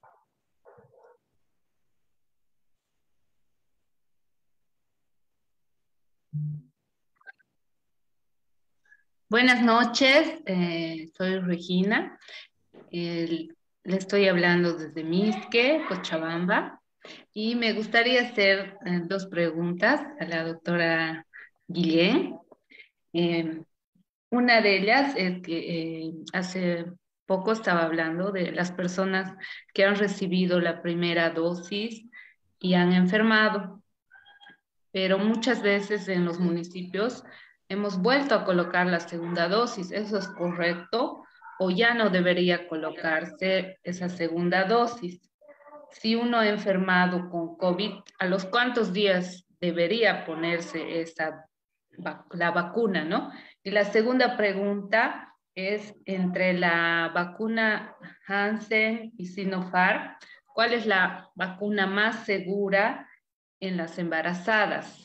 Buenas noches, eh, soy Regina. El- le estoy hablando desde Misque, Cochabamba, y me gustaría hacer eh, dos preguntas a la doctora Guillén. Eh, una de ellas es que eh, hace poco estaba hablando de las personas que han recibido la primera dosis y han enfermado, pero muchas veces en los municipios hemos vuelto a colocar la segunda dosis. ¿Eso es correcto o ya no debería colocarse esa segunda dosis? Si uno ha enfermado con COVID, ¿a los cuántos días debería ponerse esa, la vacuna, no? Y la segunda pregunta es, entre la vacuna Janssen y Sinopharm, ¿cuál es la vacuna más segura en las embarazadas?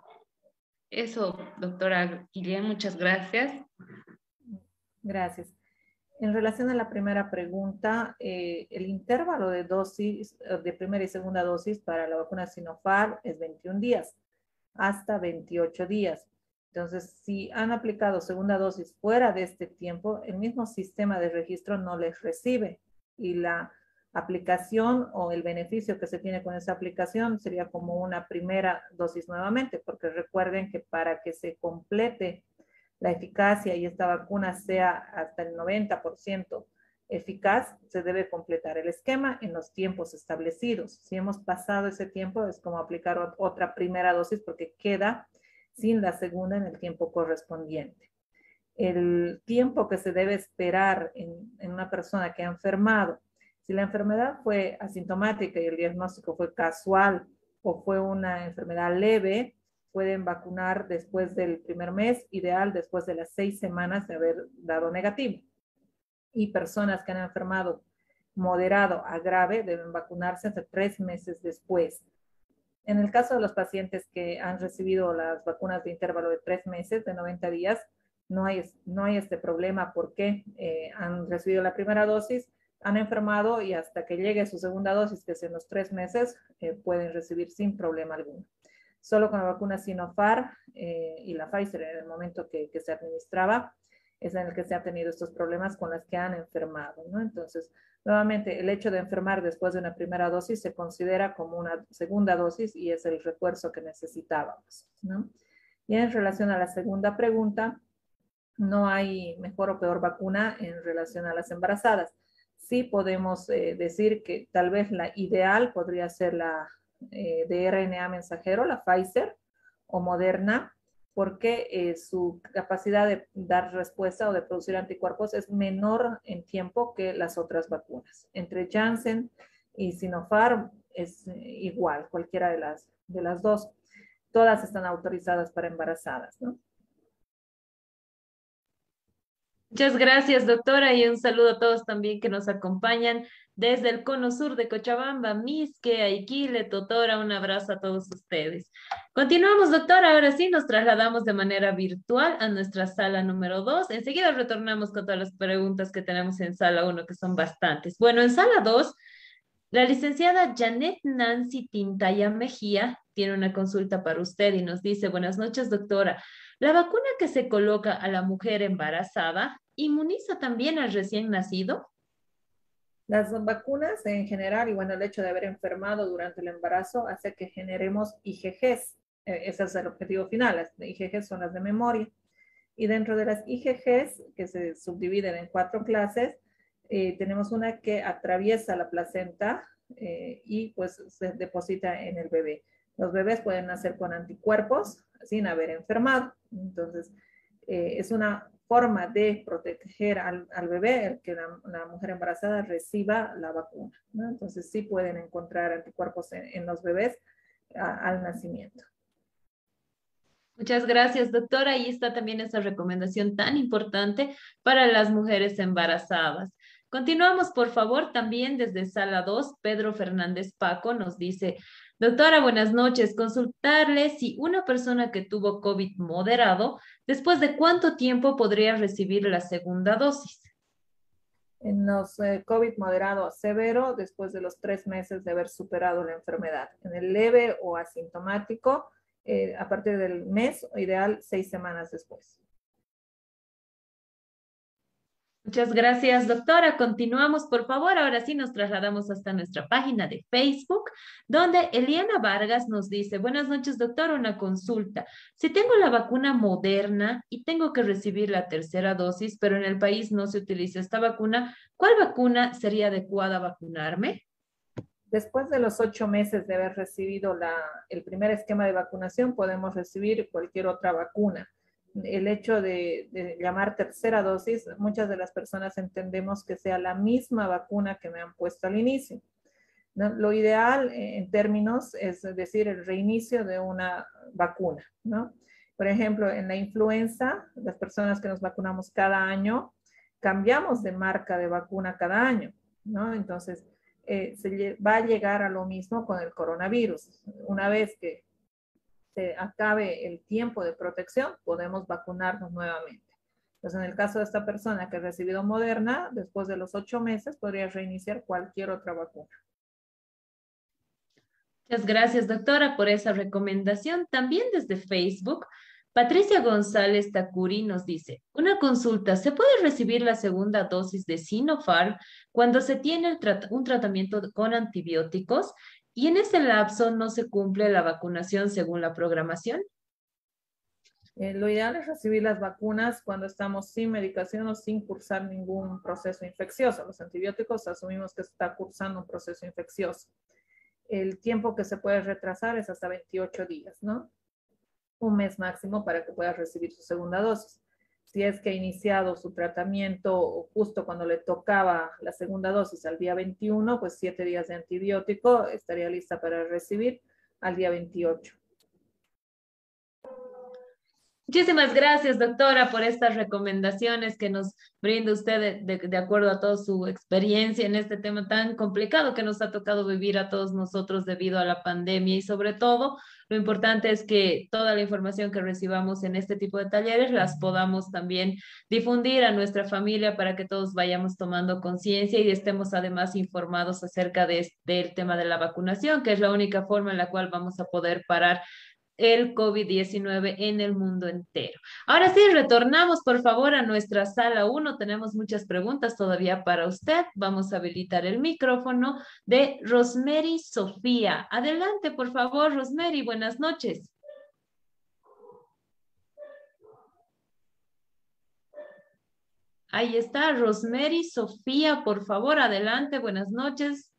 Eso, doctora Guillén, muchas gracias. Gracias. En relación a la primera pregunta, eh, el intervalo de dosis, de primera y segunda dosis para la vacuna Sinopharm es veintiún días, hasta veintiocho días. Entonces, si han aplicado segunda dosis fuera de este tiempo, el mismo sistema de registro no les recibe y la aplicación o el beneficio que se tiene con esa aplicación sería como una primera dosis nuevamente, porque recuerden que para que se complete la eficacia y esta vacuna sea hasta el noventa por ciento eficaz, se debe completar el esquema en los tiempos establecidos. Si hemos pasado ese tiempo, es como aplicar otra primera dosis porque queda sin la segunda en el tiempo correspondiente. El tiempo que se debe esperar en, en una persona que ha enfermado, si la enfermedad fue asintomática y el diagnóstico fue casual o fue una enfermedad leve, pueden vacunar después del primer mes, ideal después de las seis semanas de haber dado negativo. Y personas que han enfermado moderado a grave deben vacunarse hasta tres meses después. En el caso de los pacientes que han recibido las vacunas de intervalo de tres meses, de noventa días, no hay, no hay este problema porque eh, han recibido la primera dosis, han enfermado y hasta que llegue su segunda dosis, que es en los tres meses, eh, pueden recibir sin problema alguno. Solo con la vacuna Sinopharm eh, y la Pfizer en el momento que, que se administraba, es en el que se han tenido estos problemas con las que han enfermado, ¿no? Entonces, nuevamente, el hecho de enfermar después de una primera dosis se considera como una segunda dosis y es el refuerzo que necesitábamos, ¿no? Y en relación a la segunda pregunta, no hay mejor o peor vacuna en relación a las embarazadas. sí podemos eh, decir que tal vez la ideal podría ser la eh, de R N A mensajero, la Pfizer o Moderna, porque eh, su capacidad de dar respuesta o de producir anticuerpos es menor en tiempo que las otras vacunas. Entre Janssen y Sinopharm es eh, igual, cualquiera de las, de las dos. Todas están autorizadas para embarazadas, ¿no? Muchas gracias, doctora, y un saludo a todos también que nos acompañan desde el cono sur de Cochabamba, Misque, Aiquile, Totora, un abrazo a todos ustedes. Continuamos, doctora, ahora sí nos trasladamos de manera virtual a nuestra sala número dos. Enseguida retornamos con todas las preguntas que tenemos en sala uno, que son bastantes. Bueno, en sala dos, la licenciada Janet Nancy Tintaya Mejía tiene una consulta para usted y nos dice, buenas noches, doctora. ¿La vacuna que se coloca a la mujer embarazada inmuniza también al recién nacido? Las vacunas en general, y bueno, el hecho de haber enfermado durante el embarazo hace que generemos I G Gs. Eh, ese es el objetivo final. Las I G Gs son las de memoria. Y dentro de las I G Gs, que se subdividen en cuatro clases, eh, tenemos una que atraviesa la placenta eh, y pues se deposita en el bebé. Los bebés pueden nacer con anticuerpos sin haber enfermado. Entonces, eh, es una forma de proteger al, al bebé, el que la, la mujer embarazada reciba la vacuna, ¿no? Entonces, sí pueden encontrar anticuerpos en, en los bebés a, al nacimiento. Muchas gracias, doctora. Ahí está también esa recomendación tan importante para las mujeres embarazadas. Continuamos, por favor, también desde sala dos, Pedro Fernández Paco nos dice, doctora, buenas noches. Consultarle si una persona que tuvo COVID moderado, ¿después de cuánto tiempo podría recibir la segunda dosis? En los eh, COVID moderado a severo, después de los tres meses de haber superado la enfermedad. En el leve o asintomático, eh, a partir del mes, o ideal, seis semanas después. Muchas gracias, doctora. Continuamos, por favor. Ahora sí nos trasladamos hasta nuestra página de Facebook, donde Eliana Vargas nos dice, buenas noches, doctora, una consulta. Si tengo la vacuna Moderna y tengo que recibir la tercera dosis, pero en el país no se utiliza esta vacuna, ¿cuál vacuna sería adecuada vacunarme? Después de los ocho meses de haber recibido la, el primer esquema de vacunación, podemos recibir cualquier otra vacuna. El hecho de, de llamar tercera dosis, muchas de las personas entendemos que sea la misma vacuna que me han puesto al inicio, ¿no? Lo ideal en términos es decir el reinicio de una vacuna, ¿no? Por ejemplo, en la influenza, las personas que nos vacunamos cada año, cambiamos de marca de vacuna cada año, ¿no? Entonces, eh, se va a llegar a lo mismo con el coronavirus. Una vez que se acabe el tiempo de protección, podemos vacunarnos nuevamente. Entonces, en el caso de esta persona que ha recibido Moderna, después de los ocho meses, podría reiniciar cualquier otra vacuna. Muchas gracias, doctora, por esa recomendación. También desde Facebook, Patricia González Tacuri nos dice, una consulta, ¿se puede recibir la segunda dosis de Sinopharm cuando se tiene el trat- un tratamiento con antibióticos y en ese lapso no se cumple la vacunación según la programación? Eh, lo ideal es recibir las vacunas cuando estamos sin medicación o sin cursar ningún proceso infeccioso. Los antibióticos asumimos que está cursando un proceso infeccioso. El tiempo que se puede retrasar es hasta veintiocho días, ¿no? Un mes máximo para que pueda recibir su segunda dosis. Si es que ha iniciado su tratamiento justo cuando le tocaba la segunda dosis al día veintiuno, pues siete días de antibiótico estaría lista para recibir al día veintiocho. Muchísimas gracias, doctora, por estas recomendaciones que nos brinda usted de, de, de acuerdo a toda su experiencia en este tema tan complicado que nos ha tocado vivir a todos nosotros debido a la pandemia y sobre todo lo importante es que toda la información que recibamos en este tipo de talleres las podamos también difundir a nuestra familia para que todos vayamos tomando conciencia y estemos además informados acerca de, del tema de la vacunación, que es la única forma en la cual vamos a poder parar el COVID diecinueve en el mundo entero. Ahora sí, retornamos por favor a nuestra sala uno. Tenemos muchas preguntas todavía para usted. Vamos a habilitar el micrófono de Rosemary Sofía. Adelante, por favor, Rosemary. Buenas noches. Ahí está, Rosemary Sofía, por favor, adelante, buenas noches.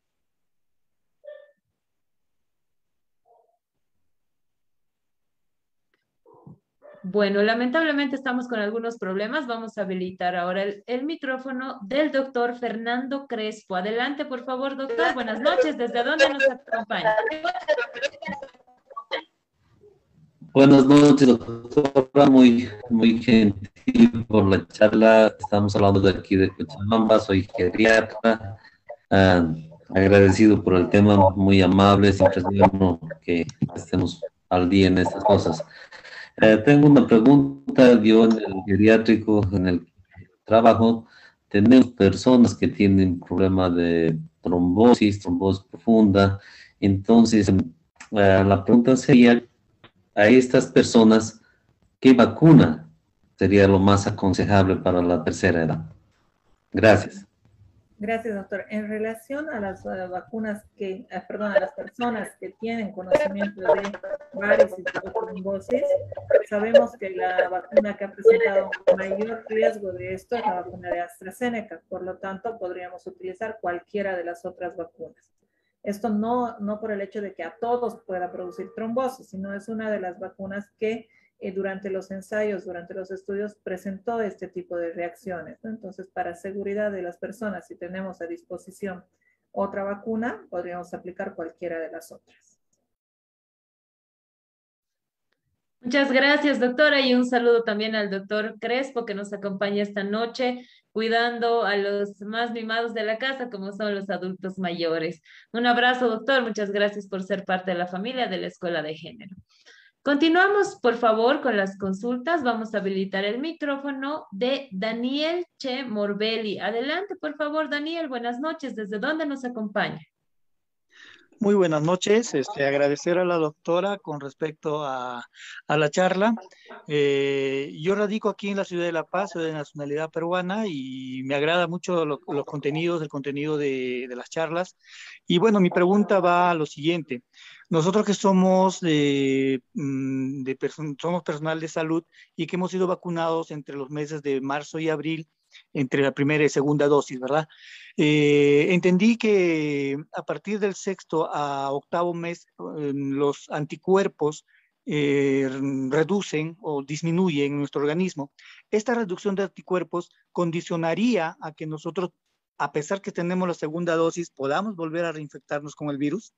Bueno, lamentablemente estamos con algunos problemas. Vamos a habilitar ahora el, el micrófono del doctor Fernando Crespo. Adelante, por favor, doctor. Buenas noches. ¿Desde dónde nos acompaña? Buenas noches, doctora. Muy, muy gentil por la charla. Estamos hablando de aquí de Cochabamba. Soy geriatra. Ah, agradecido por el tema, muy amable. Siempre es bueno que estemos al día en estas cosas. Eh, tengo una pregunta. Yo en el geriátrico, en el trabajo, tenemos personas que tienen problema de trombosis, trombosis profunda. Entonces, eh, la pregunta sería, a estas personas, ¿qué vacuna sería lo más aconsejable para la tercera edad? Gracias. Gracias, doctor. En relación a las uh, vacunas que, uh, perdón, a las personas que tienen conocimiento de varices y trombosis, sabemos que la vacuna que ha presentado mayor riesgo de esto es la vacuna de AstraZeneca. Por lo tanto, podríamos utilizar cualquiera de las otras vacunas. Esto no, no por el hecho de que a todos pueda producir trombosis, sino es una de las vacunas que eh, durante los ensayos, durante los estudios, presentó este tipo de reacciones, ¿no? Entonces, para seguridad de las personas, si tenemos a disposición otra vacuna, podríamos aplicar cualquiera de las otras. Muchas gracias, doctora, y un saludo también al doctor Crespo, que nos acompaña esta noche, cuidando a los más mimados de la casa, como son los adultos mayores. Un abrazo, doctor. Muchas gracias por ser parte de la familia de la Escuela de Género. Continuamos, por favor, con las consultas. Vamos a habilitar el micrófono de Daniel Che Morbelli. Adelante, por favor, Daniel. Buenas noches. ¿Desde dónde nos acompaña? Muy buenas noches. Este, agradecer a la doctora con respecto a, a la charla. Eh, yo radico aquí en la ciudad de La Paz, soy de nacionalidad peruana y me agrada mucho lo, los contenidos, el contenido de, de las charlas. Y bueno, mi pregunta va a lo siguiente. Nosotros que somos, de, de person somos personal de salud y que hemos sido vacunados entre los meses de marzo y abril, entre la primera y segunda dosis, ¿verdad? Eh, entendí que a partir del sexto a octavo mes eh, los anticuerpos eh, reducen o disminuyen en nuestro organismo. Esta reducción de anticuerpos condicionaría a que nosotros, a pesar que tenemos la segunda dosis, podamos volver a reinfectarnos con el virus.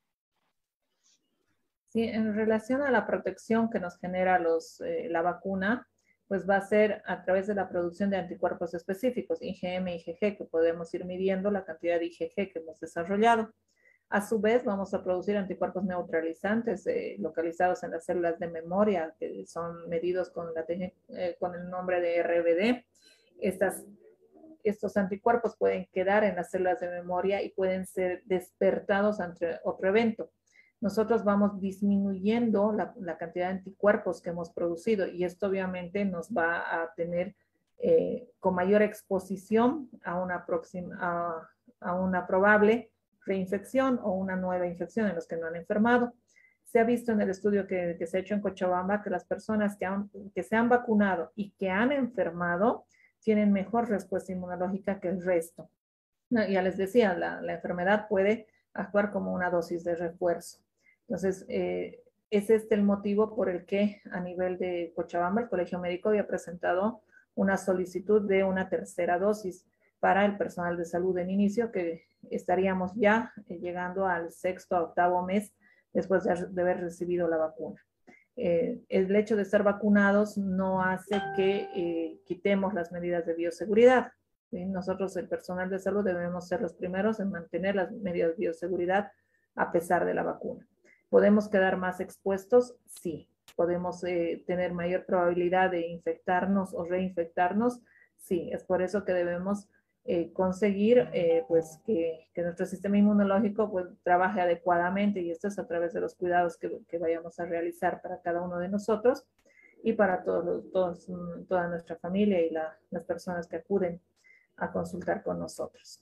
Sí, en relación a la protección que nos genera los, eh, la vacuna, pues va a ser a través de la producción de anticuerpos específicos, I G M, I G G, que podemos ir midiendo la cantidad de I G G que hemos desarrollado. A su vez, vamos a producir anticuerpos neutralizantes eh, localizados en las células de memoria, que son medidos con, la, eh, con el nombre de R B D. Estas, estos anticuerpos pueden quedar en las células de memoria y pueden ser despertados ante otro evento. Nosotros vamos disminuyendo la, la cantidad de anticuerpos que hemos producido y esto obviamente nos va a tener eh, con mayor exposición a una, próxima, a, a una probable reinfección o una nueva infección en los que no han enfermado. Se ha visto en el estudio que, que se ha hecho en Cochabamba que las personas que, han, que se han vacunado y que han enfermado tienen mejor respuesta inmunológica que el resto. No, ya les decía, la, la enfermedad puede actuar como una dosis de refuerzo. Entonces, eh, es este el motivo por el que a nivel de Cochabamba el Colegio Médico había presentado una solicitud de una tercera dosis para el personal de salud en inicio, que estaríamos ya eh, llegando al sexto a octavo mes después de, de haber recibido la vacuna. Eh, el hecho de estar vacunados no hace que eh, quitemos las medidas de bioseguridad. ¿Sí? Nosotros, el personal de salud, debemos ser los primeros en mantener las medidas de bioseguridad a pesar de la vacuna. ¿Podemos quedar más expuestos? Sí. ¿Podemos eh, tener mayor probabilidad de infectarnos o reinfectarnos? Sí. Es por eso que debemos eh, conseguir eh, pues que, que nuestro sistema inmunológico pues, trabaje adecuadamente, y esto es a través de los cuidados que, que vayamos a realizar para cada uno de nosotros y para todos los, todos, toda nuestra familia y la, las personas que acuden a consultar con nosotros.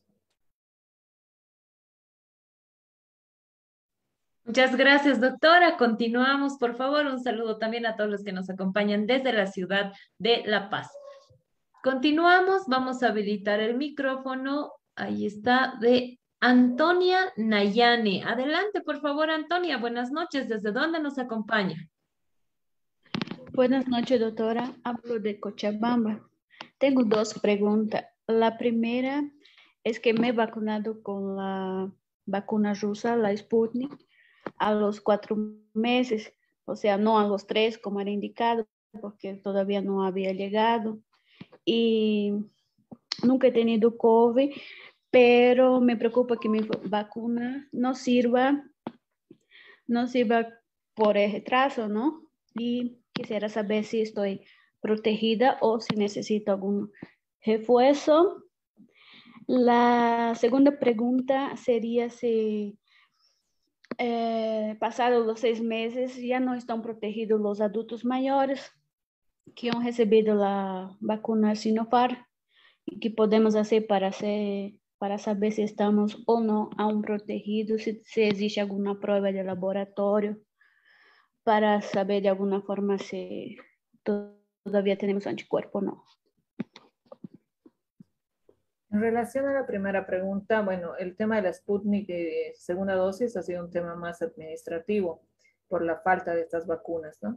Muchas gracias, doctora. Continuamos, por favor. Un saludo también a todos los que nos acompañan desde la ciudad de La Paz. Continuamos, vamos a habilitar el micrófono. Ahí está, de Antonia Nayane. Adelante, por favor, Antonia. Buenas noches. ¿Desde dónde nos acompaña? Buenas noches, doctora. Hablo de Cochabamba. Tengo dos preguntas. La primera es que me he vacunado con la vacuna rusa, la Sputnik, a los cuatro meses, o sea, no a los tres como era indicado, porque todavía no había llegado. Y nunca he tenido COVID, pero me preocupa que mi vacuna no sirva, no sirva por el retraso, ¿no? Y quisiera saber si estoy protegida o si necesito algún refuerzo. La segunda pregunta sería si eh, pasados los seis meses ya no están protegidos los adultos mayores que han recibido la vacuna Sinopharm y qué podemos hacer para, hacer, para saber si estamos o no aún protegidos, si, si existe alguna prueba de laboratorio para saber de alguna forma si todavía tenemos anticuerpo o no. En relación a la primera pregunta, bueno, el tema de la Sputnik de segunda dosis ha sido un tema más administrativo por la falta de estas vacunas, ¿no?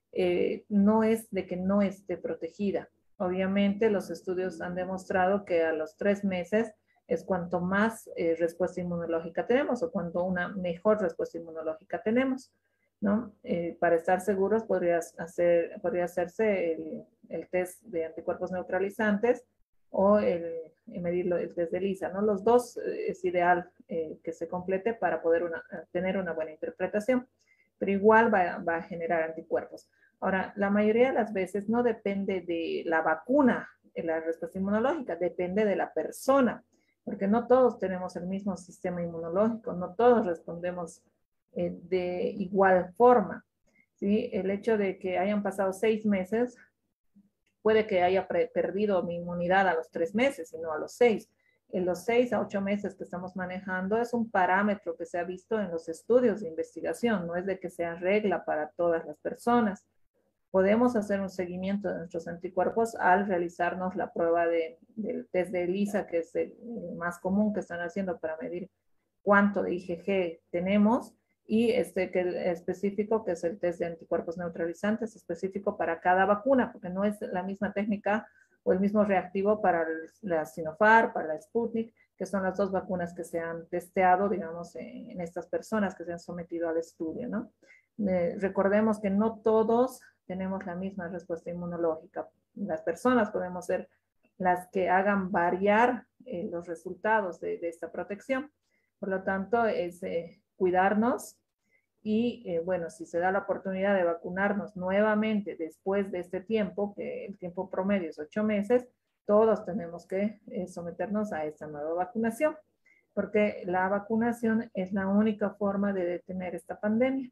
Eh, no es de que no esté protegida. Obviamente los estudios han demostrado que a los tres meses es cuanto más eh, respuesta inmunológica tenemos o cuanto una mejor respuesta inmunológica tenemos, ¿no? Eh, para estar seguros podría, hacer, podría hacerse el, el test de anticuerpos neutralizantes o el, el medirlo, el test de ELISA, ¿no? Los dos eh, es ideal eh, que se complete para poder una, tener una buena interpretación, pero igual va, va a generar anticuerpos. Ahora, la mayoría de las veces no depende de la vacuna, de la respuesta inmunológica, depende de la persona, porque no todos tenemos el mismo sistema inmunológico, no todos respondemos eh, de igual forma, ¿sí? El hecho de que hayan pasado seis meses, puede que haya perdido mi inmunidad a los tres meses y no a los seis. En los seis a ocho meses que estamos manejando es un parámetro que se ha visto en los estudios de investigación, no es de que sea regla para todas las personas. Podemos hacer un seguimiento de nuestros anticuerpos al realizarnos la prueba de, del test de ELISA, que es el, el más común que están haciendo para medir cuánto de I G G tenemos, y este que el específico, que es el test de anticuerpos neutralizantes, específico para cada vacuna, porque no es la misma técnica o el mismo reactivo para la Sinopharm, para la Sputnik, que son las dos vacunas que se han testeado, digamos, en, en estas personas que se han sometido al estudio, ¿no? Eh, recordemos que no todos tenemos la misma respuesta inmunológica. Las personas podemos ser las que hagan variar eh, los resultados de, de esta protección. Por lo tanto, es eh, cuidarnos y, eh, bueno, si se da la oportunidad de vacunarnos nuevamente después de este tiempo, que el tiempo promedio es ocho meses, todos tenemos que eh, someternos a esta nueva vacunación, porque la vacunación es la única forma de detener esta pandemia.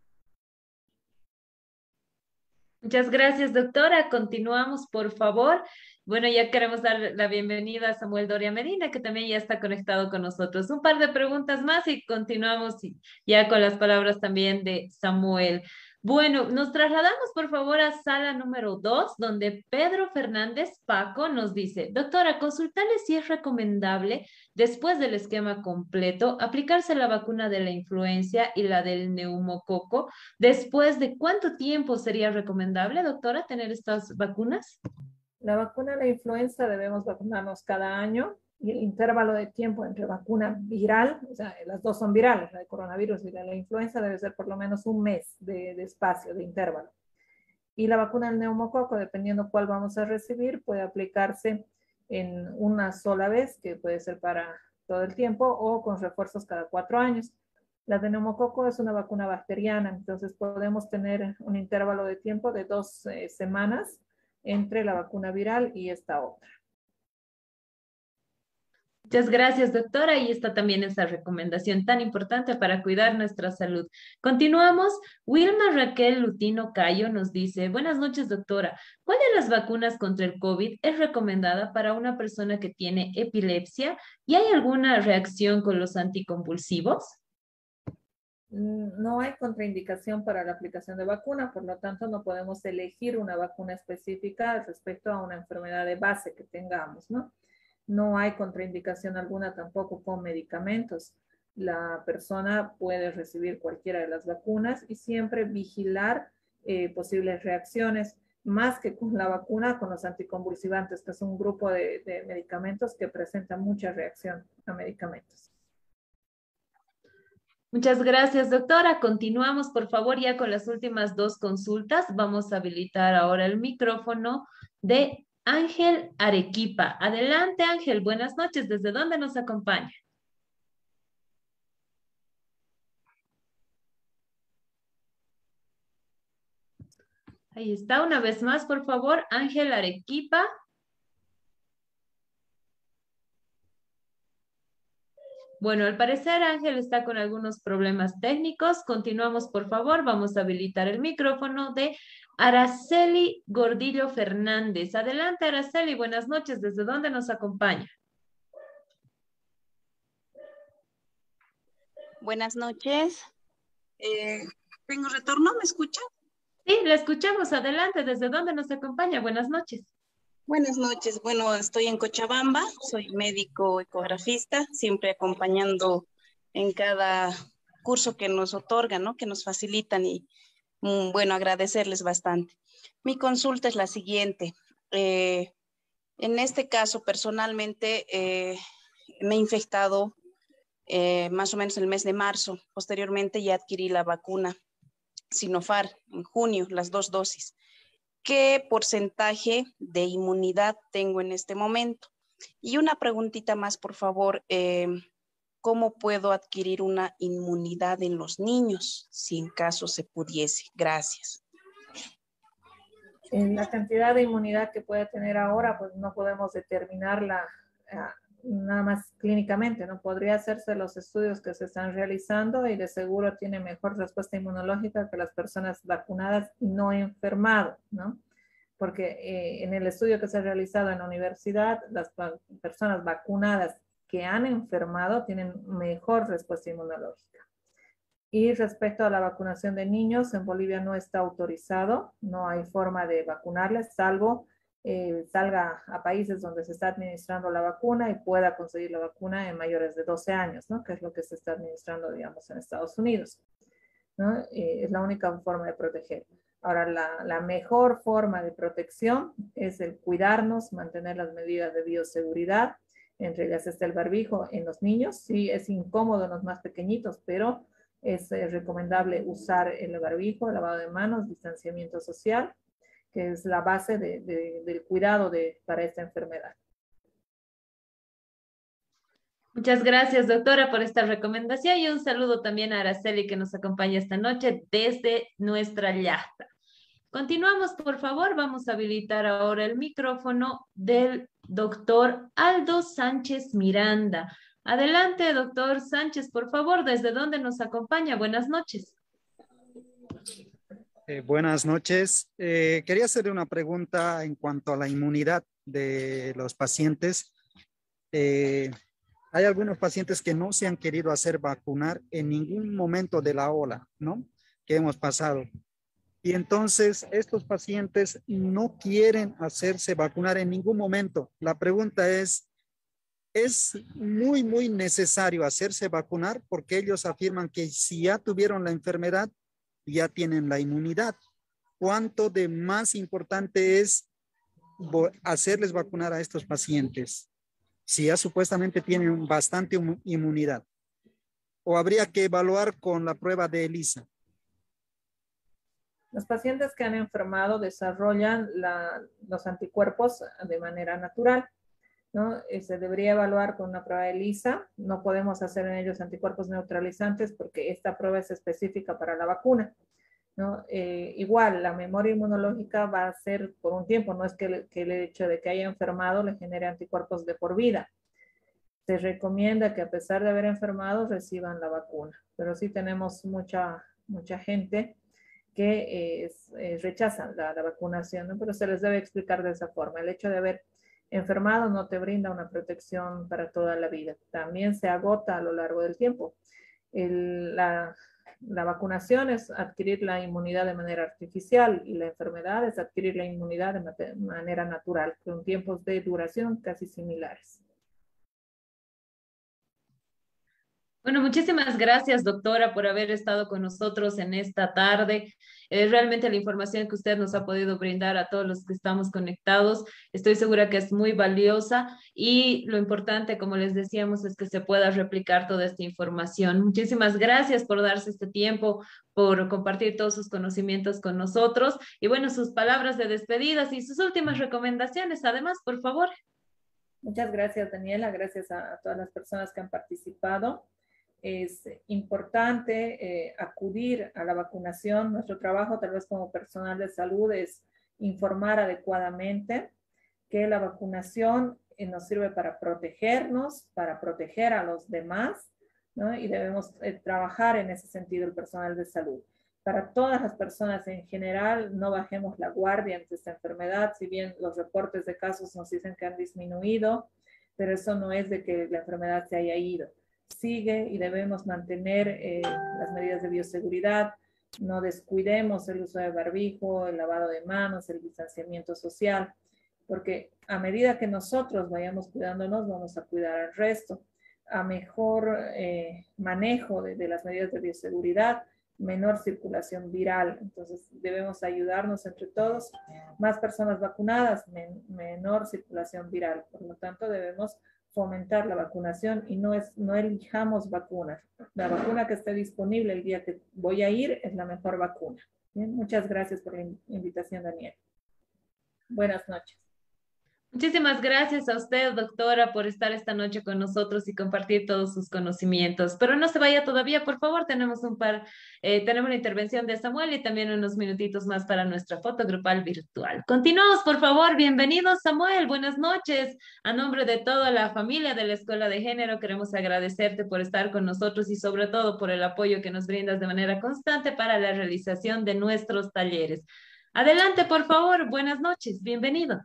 Muchas gracias, doctora. Continuamos, por favor. Bueno, ya queremos dar la bienvenida a Samuel Doria Medina, que también ya está conectado con nosotros. Un par de preguntas más y continuamos ya con las palabras también de Samuel. Bueno, nos trasladamos, por favor, a sala número dos, donde Pedro Fernández Paco nos dice: doctora, consultarle si es recomendable, después del esquema completo, aplicarse la vacuna de la influencia y la del neumococo. ¿Después de cuánto tiempo sería recomendable, doctora, tener estas vacunas? La vacuna de la influenza debemos vacunarnos cada año, y el intervalo de tiempo entre vacuna viral, o sea, las dos son virales, la de coronavirus y la de la influenza, debe ser por lo menos un mes de, de espacio, de intervalo. Y la vacuna del neumococo, dependiendo cuál vamos a recibir, puede aplicarse en una sola vez, que puede ser para todo el tiempo, o con refuerzos cada cuatro años. La de neumococo es una vacuna bacteriana, entonces podemos tener un intervalo de tiempo de dos eh, semanas entre la vacuna viral y esta otra. Muchas gracias, doctora. Y está también esa recomendación tan importante para cuidar nuestra salud. Continuamos. Wilma Raquel Lutino Cayo nos dice: buenas noches, doctora. ¿Cuál de las vacunas contra el COVID es recomendada para una persona que tiene epilepsia? ¿Y hay alguna reacción con los anticonvulsivos? No hay contraindicación para la aplicación de vacuna, por lo tanto no podemos elegir una vacuna específica respecto a una enfermedad de base que tengamos, ¿no? No hay contraindicación alguna tampoco con medicamentos. La persona puede recibir cualquiera de las vacunas y siempre vigilar eh, posibles reacciones, más que con la vacuna, con los anticonvulsivantes, que es un grupo de, de medicamentos que presenta mucha reacción a medicamentos. Muchas gracias, doctora. Continuamos, por favor, ya con las últimas dos consultas. Vamos a habilitar ahora el micrófono de Ángel Arequipa. Adelante, Ángel. Buenas noches. ¿Desde dónde nos acompaña? Ahí está. Una vez más, por favor, Ángel Arequipa. Bueno, al parecer Ángel está con algunos problemas técnicos. Continuamos, por favor. Vamos a habilitar el micrófono de Araceli Gordillo Fernández. Adelante, Araceli. Buenas noches. ¿Desde dónde nos acompaña? Buenas noches. Eh, ¿Tengo retorno? ¿Me escucha? Sí, la escuchamos. Adelante. ¿Desde dónde nos acompaña? Buenas noches. Buenas noches. Bueno, estoy en Cochabamba, soy médico ecografista, siempre acompañando en cada curso que nos otorgan, ¿no? Que nos facilitan y, mm, bueno, agradecerles bastante. Mi consulta es la siguiente. Eh, en este caso, personalmente, eh, me he infectado eh, más o menos el mes de marzo. Posteriormente ya adquirí la vacuna Sinopharm en junio, las dos dosis. ¿Qué porcentaje de inmunidad tengo en este momento? Y una preguntita más, por favor. Eh, ¿Cómo puedo adquirir una inmunidad en los niños, si en caso se pudiese? Gracias. En la cantidad de inmunidad que puede tener ahora, pues no podemos determinarla uh, nada más clínicamente, ¿no? Podría hacerse los estudios que se están realizando y de seguro tiene mejor respuesta inmunológica que las personas vacunadas y no enfermado, ¿no? Porque eh, en el estudio que se ha realizado en la universidad, las personas vacunadas que han enfermado tienen mejor respuesta inmunológica. Y respecto a la vacunación de niños, en Bolivia no está autorizado, no hay forma de vacunarles, salvo eh, salga a países donde se está administrando la vacuna y pueda conseguir la vacuna en mayores de doce años, ¿no? Que es lo que se está administrando, digamos, en Estados Unidos, ¿no? Eh, es la única forma de proteger. Ahora, la, la mejor forma de protección es el cuidarnos, mantener las medidas de bioseguridad, entre ellas está el barbijo en los niños. Sí, es incómodo en los más pequeñitos, pero es eh, recomendable usar el barbijo, el lavado de manos, distanciamiento social, que es la base de, de, del cuidado de, para esta enfermedad. Muchas gracias, doctora, por esta recomendación y un saludo también a Araceli que nos acompaña esta noche desde nuestra yahta. Continuamos, por favor. Vamos a habilitar ahora el micrófono del doctor Aldo Sánchez Miranda. Adelante, doctor Sánchez, por favor. ¿Desde dónde nos acompaña? Buenas noches. Eh, buenas noches. Eh, quería hacerle una pregunta en cuanto a la inmunidad de los pacientes. Eh, hay algunos pacientes que no se han querido hacer vacunar en ningún momento de la ola, ¿no? Que hemos pasado. Y entonces estos pacientes no quieren hacerse vacunar en ningún momento. La pregunta es, ¿es muy, muy necesario hacerse vacunar? Porque ellos afirman que si ya tuvieron la enfermedad, ya tienen la inmunidad. ¿Cuánto de más importante es hacerles vacunar a estos pacientes si ya supuestamente tienen bastante inmunidad? ¿O habría que evaluar con la prueba de ELISA? Los pacientes que han enfermado desarrollan la, los anticuerpos de manera natural, ¿no? Se debería evaluar con una prueba de ELISA. No podemos hacer en ellos anticuerpos neutralizantes porque esta prueba es específica para la vacuna, ¿no? Eh, igual, la memoria inmunológica va a ser por un tiempo, no es que, que el hecho de que haya enfermado le genere anticuerpos de por vida. Se recomienda que a pesar de haber enfermado reciban la vacuna, pero sí tenemos mucha, mucha gente que eh, eh, rechazan la, la vacunación, ¿no? Pero se les debe explicar de esa forma. El hecho de haber enfermado no te brinda una protección para toda la vida. También se agota a lo largo del tiempo. El, la, la vacunación es adquirir la inmunidad de manera artificial y la enfermedad es adquirir la inmunidad de manera natural, con tiempos de duración casi similares. Bueno, muchísimas gracias, doctora, por haber estado con nosotros en esta tarde. Eh, realmente la información que usted nos ha podido brindar a todos los que estamos conectados, estoy segura que es muy valiosa y lo importante, como les decíamos, es que se pueda replicar toda esta información. Muchísimas gracias por darse este tiempo, por compartir todos sus conocimientos con nosotros y bueno, sus palabras de despedidas y sus últimas recomendaciones, además, por favor. Muchas gracias, Daniela. Gracias a, a todas las personas que han participado. Es importante eh, acudir a la vacunación. Nuestro trabajo, tal vez como personal de salud, es informar adecuadamente que la vacunación eh, nos sirve para protegernos, para proteger a los demás, ¿no? Y debemos eh, trabajar en ese sentido el personal de salud. Para todas las personas en general, no bajemos la guardia ante esta enfermedad, si bien los reportes de casos nos dicen que han disminuido, pero eso no es de que la enfermedad se haya ido. Sigue y debemos mantener eh, las medidas de bioseguridad, no descuidemos el uso de barbijo, el lavado de manos, el distanciamiento social, porque a medida que nosotros vayamos cuidándonos, vamos a cuidar al resto. A mejor eh, manejo de, de las medidas de bioseguridad, menor circulación viral. Entonces debemos ayudarnos entre todos. Más personas vacunadas, men, menor circulación viral. Por lo tanto, debemos fomentar la vacunación y no, es, no elijamos vacunas. La vacuna que esté disponible el día que voy a ir es la mejor vacuna. Bien, muchas gracias por la invitación, Daniel. Buenas noches. Muchísimas gracias a usted, doctora, por estar esta noche con nosotros y compartir todos sus conocimientos. Pero no se vaya todavía, por favor, tenemos un par, eh, tenemos la intervención de Samuel y también unos minutitos más para nuestra foto grupal virtual. Continuamos, por favor. Bienvenido, Samuel. Buenas noches. A nombre de toda la familia de la Escuela de Género, queremos agradecerte por estar con nosotros y sobre todo por el apoyo que nos brindas de manera constante para la realización de nuestros talleres. Adelante, por favor. Buenas noches. Bienvenido.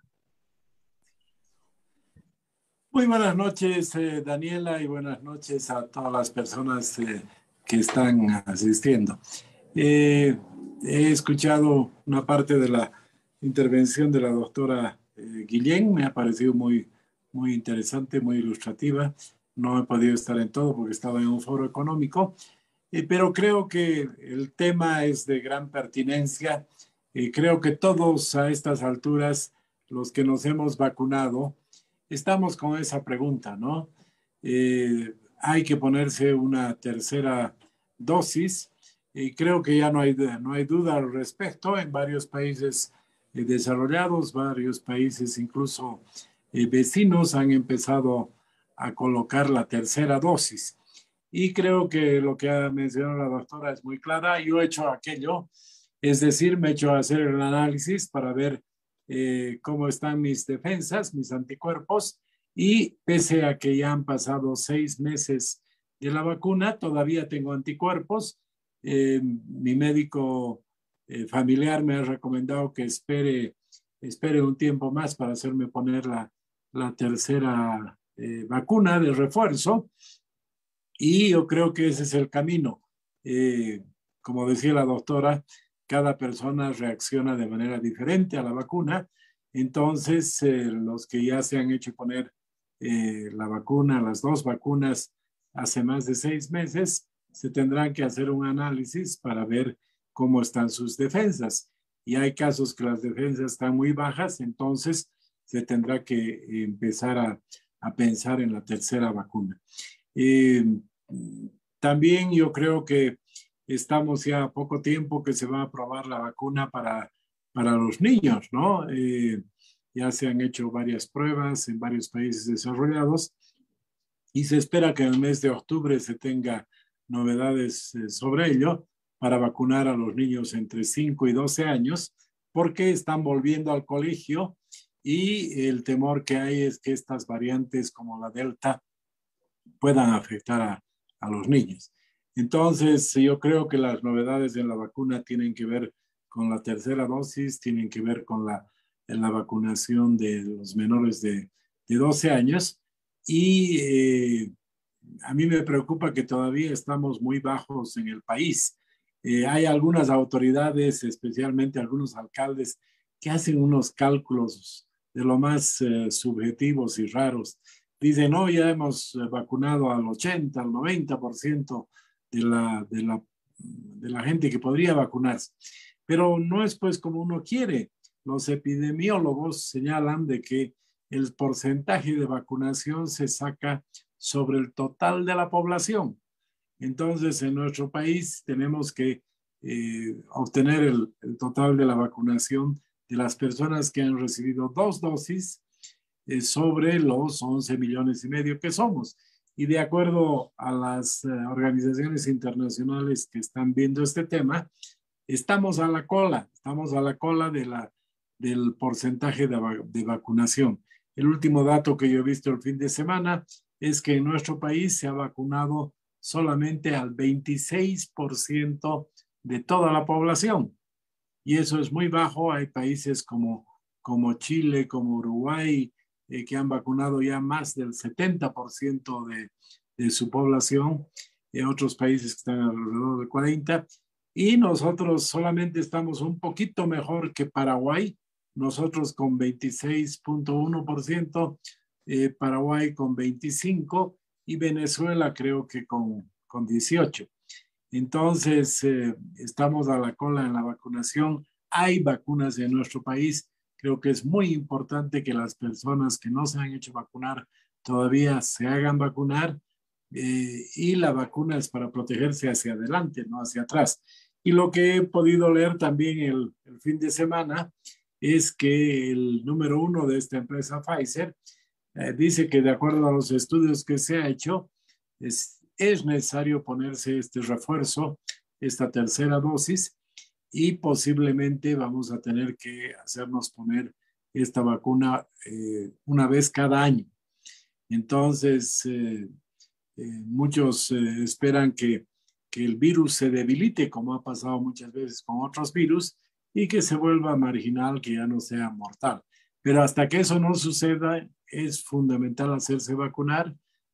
Muy buenas noches, eh, Daniela, y buenas noches a todas las personas eh, que están asistiendo. Eh, he escuchado una parte de la intervención de la doctora eh, Guillén, me ha parecido muy, muy interesante, muy ilustrativa. No he podido estar en todo porque estaba en un foro económico, eh, pero creo que el tema es de gran pertinencia. Eh, creo que todos a estas alturas, los que nos hemos vacunado, estamos con esa pregunta, ¿no? Eh, hay que ponerse una tercera dosis y creo que ya no hay, no hay duda al respecto. En varios países eh, desarrollados, varios países incluso eh, vecinos han empezado a colocar la tercera dosis. Y creo que lo que ha mencionado la doctora es muy clara. Yo he hecho aquello, es decir, me he hecho hacer el análisis para ver Eh, cómo están mis defensas, mis anticuerpos, y pese a que ya han pasado seis meses de la vacuna, todavía tengo anticuerpos. Eh, mi médico eh, familiar me ha recomendado que espere, espere un tiempo más para hacerme poner la, la tercera eh, vacuna de refuerzo, y yo creo que ese es el camino. Eh, como decía la doctora, cada persona reacciona de manera diferente a la vacuna. Entonces, eh, los que ya se han hecho poner eh, la vacuna, las dos vacunas, hace más de seis meses, se tendrán que hacer un análisis para ver cómo están sus defensas. Y hay casos que las defensas están muy bajas, entonces se tendrá que empezar a, a pensar en la tercera vacuna. Eh, también yo creo que estamos ya a poco tiempo que se va a aprobar la vacuna para, para los niños, ¿no? Eh, ya se han hecho varias pruebas en varios países desarrollados y se espera que en el mes de octubre se tenga novedades eh, sobre ello para vacunar a los niños entre cinco y doce años, porque están volviendo al colegio y el temor que hay es que estas variantes como la Delta puedan afectar a, a los niños. Entonces, yo creo que las novedades de la vacuna tienen que ver con la tercera dosis, tienen que ver con la, la vacunación de los menores de, de doce años. Y eh, a mí me preocupa que todavía estamos muy bajos en el país. Eh, hay algunas autoridades, especialmente algunos alcaldes, que hacen unos cálculos de lo más eh, subjetivos y raros. Dicen, no, ya hemos vacunado al ochenta, al noventa por ciento de la, de, la, de la gente que podría vacunarse. Pero no es pues como uno quiere. Los epidemiólogos señalan de que el porcentaje de vacunación se saca sobre el total de la población. Entonces, en nuestro país tenemos que eh, obtener el, el total de la vacunación de las personas que han recibido dos dosis eh, sobre los once millones y medio que somos. Y de acuerdo a las eh, organizaciones internacionales que están viendo este tema, estamos a la cola, estamos a la cola de la, del porcentaje de, de vacunación. El último dato que yo he visto el fin de semana es que en nuestro país se ha vacunado solamente al veintiséis por ciento de toda la población. Y eso es muy bajo. Hay países como, como Chile, como Uruguay, eh, que han vacunado ya más del setenta por ciento de, de su población. Y otros países que están alrededor del cuarenta por ciento. Y nosotros solamente estamos un poquito mejor que Paraguay. Nosotros con veintiséis punto uno por ciento, eh, Paraguay con veinticinco por ciento y Venezuela creo que con, con dieciocho por ciento. Entonces, eh, estamos a la cola en la vacunación. Hay vacunas en nuestro país. Creo que es muy importante que las personas que no se han hecho vacunar todavía se hagan vacunar. Eh, y la vacuna es para protegerse hacia adelante, no hacia atrás. Y lo que he podido leer también el, el fin de semana es que el número uno de esta empresa, Pfizer, eh, dice que de acuerdo a los estudios que se ha hecho, es, es necesario ponerse este refuerzo, esta tercera dosis, y posiblemente vamos a tener que hacernos poner esta vacuna eh, una vez cada año. Entonces, eh, eh, muchos eh, esperan que, que el virus se debilite, como ha pasado muchas veces con otros virus, y que se vuelva marginal, que ya no sea mortal. Pero hasta que eso no suceda, es fundamental hacerse vacunar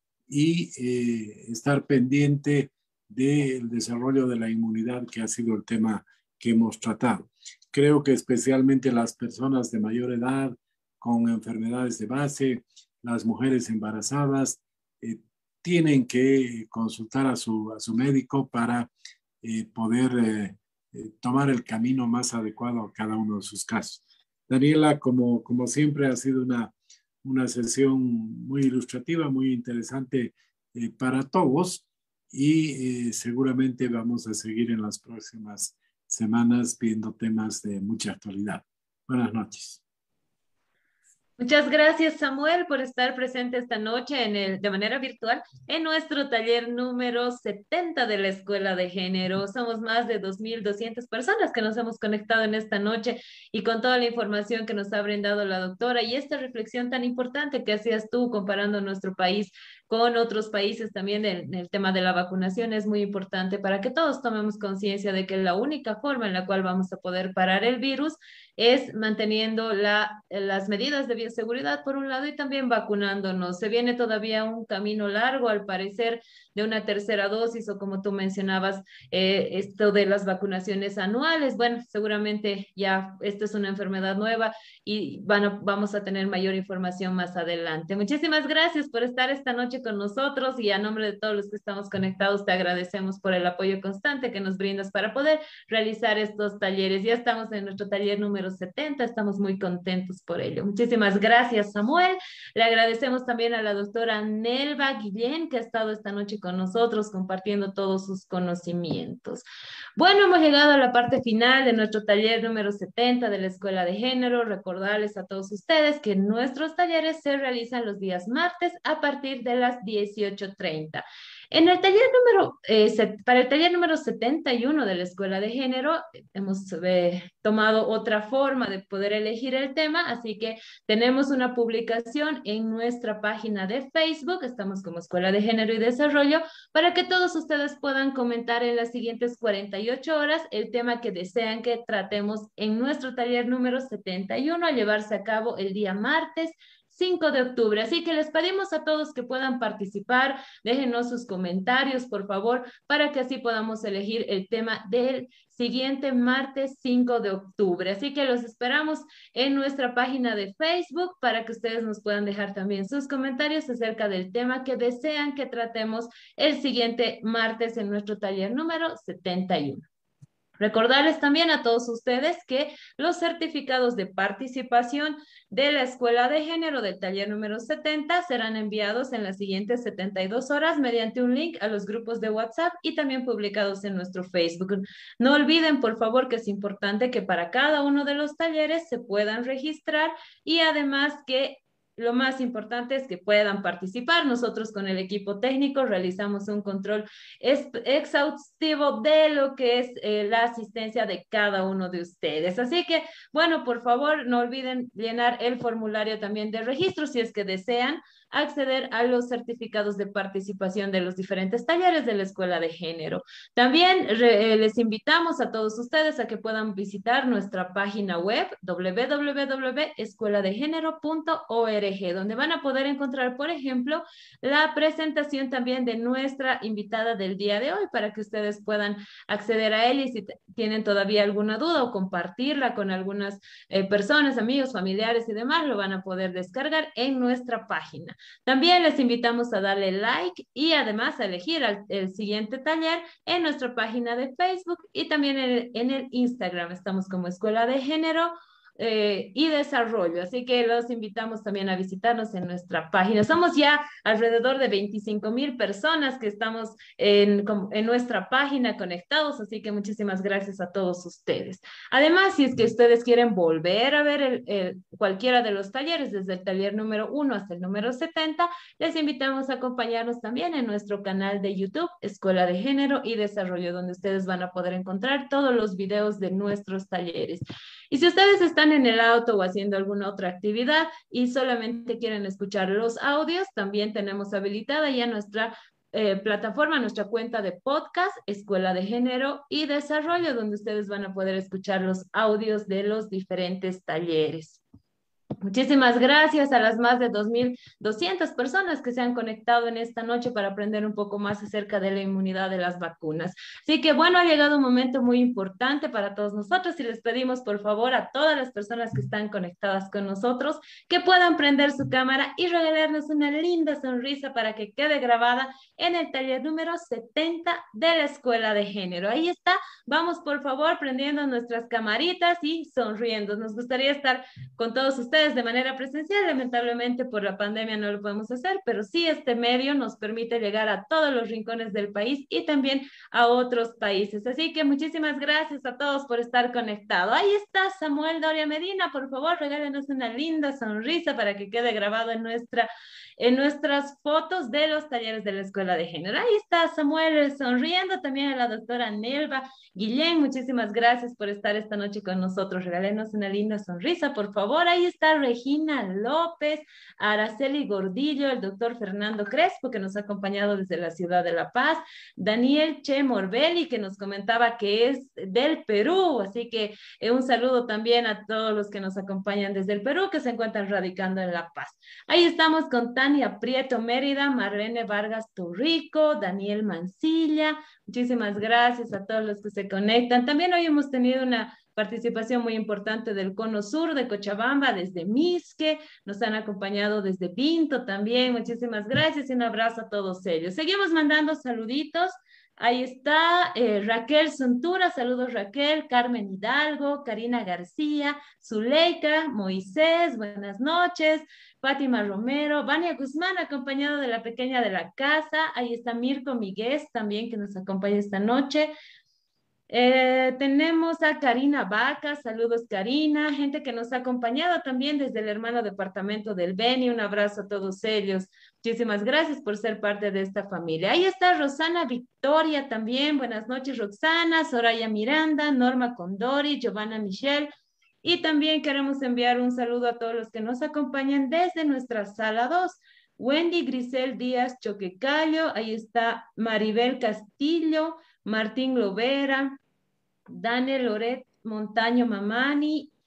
y eh, estar pendiente del desarrollo de la inmunidad, que ha sido el tema que hemos tratado. Creo que especialmente las personas de mayor edad, con enfermedades de base, las mujeres embarazadas, eh, tienen que consultar a su, a su médico para eh, poder eh, eh, tomar el camino más adecuado a cada uno de sus casos. Daniela, como, como siempre, ha sido una, una sesión muy ilustrativa, muy interesante eh, para todos y eh, seguramente vamos a seguir en las próximas semanas viendo temas de mucha actualidad. Buenas noches. Muchas gracias, Samuel, por estar presente esta noche en el, de manera virtual en nuestro taller número setenta de la Escuela de Género. Somos más de dos mil doscientas personas que nos hemos conectado en esta noche y con toda la información que nos ha brindado la doctora y esta reflexión tan importante que hacías tú comparando nuestro país con otros países también en el tema de la vacunación es muy importante para que todos tomemos conciencia de que la única forma en la cual vamos a poder parar el virus es manteniendo la, las medidas de bioseguridad por un lado y también vacunándonos. Se viene todavía un camino largo, al parecer, de una tercera dosis o como tú mencionabas, eh, esto de las vacunaciones anuales. Bueno, seguramente ya esta es una enfermedad nueva y van a, vamos a tener mayor información más adelante. Muchísimas gracias por estar esta noche con nosotros y a nombre de todos los que estamos conectados te agradecemos por el apoyo constante que nos brindas para poder realizar estos talleres. Ya estamos en nuestro taller número setenta, estamos muy contentos por ello. Muchísimas gracias, Samuel. Le agradecemos también a la doctora Nelva Guillén, que ha estado esta noche con nosotros compartiendo todos sus conocimientos. Bueno, hemos llegado a la parte final de nuestro taller número setenta de la Escuela de Género. Recordarles a todos ustedes que nuestros talleres se realizan los días martes a partir de las dieciocho treinta. En el taller número, eh, set, para el taller número setenta y uno de la Escuela de Género, hemos eh, tomado otra forma de poder elegir el tema, así que tenemos una publicación en nuestra página de Facebook, estamos como Escuela de Género y Desarrollo, para que todos ustedes puedan comentar en las siguientes cuarenta y ocho horas el tema que desean que tratemos en nuestro taller número setenta y uno, a llevarse a cabo el día martes cinco de octubre. Así que les pedimos a todos que puedan participar, déjenos sus comentarios, por favor, para que así podamos elegir el tema del siguiente martes cinco de octubre. Así que los esperamos en nuestra página de Facebook para que ustedes nos puedan dejar también sus comentarios acerca del tema que desean que tratemos el siguiente martes en nuestro taller número setenta y uno. Recordarles también a todos ustedes que los certificados de participación de la Escuela de Género del taller número setenta serán enviados en las siguientes setenta y dos horas mediante un link a los grupos de WhatsApp y también publicados en nuestro Facebook. No olviden, por favor, que es importante que para cada uno de los talleres se puedan registrar y además que lo más importante es que puedan participar. Nosotros con el equipo técnico realizamos un control exhaustivo de lo que es eh, la asistencia de cada uno de ustedes. Así que, bueno, por favor, no olviden llenar el formulario también de registro si es que desean acceder a los certificados de participación de los diferentes talleres de la Escuela de Género. También re, eh, les invitamos a todos ustedes a que puedan visitar nuestra página web doble u doble u doble u punto escuela de género punto org, donde van a poder encontrar, por ejemplo, la presentación también de nuestra invitada del día de hoy para que ustedes puedan acceder a ella y si tienen todavía alguna duda o compartirla con algunas eh, personas, amigos, familiares y demás, lo van a poder descargar en nuestra página. También les invitamos a darle like y además a elegir el, el siguiente taller en nuestra página de Facebook y también en, en el Instagram. Estamos como Escuela de Género Eh, y Desarrollo, así que los invitamos también a visitarnos en nuestra página. Somos ya alrededor de veinticinco mil personas que estamos en, en nuestra página conectados, así que muchísimas gracias a todos ustedes. Además, si es que ustedes quieren volver a ver el, el, cualquiera de los talleres, desde el taller número uno hasta el número setenta, les invitamos a acompañarnos también en nuestro canal de YouTube, Escuela de Género y Desarrollo, donde ustedes van a poder encontrar todos los videos de nuestros talleres. Y si ustedes están en el auto o haciendo alguna otra actividad y solamente quieren escuchar los audios, también tenemos habilitada ya nuestra eh, plataforma, nuestra cuenta de podcast, Escuela de Género y Desarrollo, donde ustedes van a poder escuchar los audios de los diferentes talleres. Muchísimas gracias a las más de dos mil doscientas personas que se han conectado en esta noche para aprender un poco más acerca de la inmunidad de las vacunas. Así que bueno, ha llegado un momento muy importante para todos nosotros y les pedimos por favor a todas las personas que están conectadas con nosotros que puedan prender su cámara y regalarnos una linda sonrisa para que quede grabada en el taller número setenta de la Escuela de Género. Ahí está, vamos por favor prendiendo nuestras camaritas y sonriendo. Nos gustaría estar con todos ustedes de manera presencial, lamentablemente por la pandemia no lo podemos hacer, pero sí este medio nos permite llegar a todos los rincones del país y también a otros países. Así que muchísimas gracias a todos por estar conectados. Ahí está Samuel Doria Medina, por favor regálenos una linda sonrisa para que quede grabado en nuestra en nuestras fotos de los talleres de la Escuela de Género. Ahí está Samuel sonriendo, también a la doctora Nelva Guillén, muchísimas gracias por estar esta noche con nosotros. Regálenos una linda sonrisa, por favor. Ahí está Regina López, Araceli Gordillo, el doctor Fernando Crespo, que nos ha acompañado desde la ciudad de La Paz, Daniel Che Morbelli, que nos comentaba que es del Perú, así que eh, un saludo también a todos los que nos acompañan desde el Perú, que se encuentran radicando en La Paz. Ahí estamos con Tania Prieto Mérida, Marlene Vargas Torrico, Daniel Mancilla, muchísimas gracias a todos los que se conectan. También hoy hemos tenido una participación muy importante del Cono Sur de Cochabamba, desde Misque, nos han acompañado desde Pinto también, muchísimas gracias y un abrazo a todos ellos. Seguimos mandando saluditos. Ahí está eh, Raquel Suntura, saludos Raquel, Carmen Hidalgo, Karina García, Zuleika, Moisés, buenas noches, Fátima Romero, Vania Guzmán, acompañado de la pequeña de la casa, ahí está Mirko Miguel también que nos acompaña esta noche. Eh, tenemos a Karina Vaca, saludos Karina, gente que nos ha acompañado también desde el hermano departamento del Beni, un abrazo a todos ellos, muchísimas gracias por ser parte de esta familia. Ahí está Rosana Victoria también, buenas noches Roxana, Soraya Miranda, Norma Condori, Giovanna Michelle, y también queremos enviar un saludo a todos los que nos acompañan desde nuestra sala dos. Wendy Grisel Díaz Choquecayo, ahí está Maribel Castillo, Martín Lovera, Daniel Loret Montaño Mamani,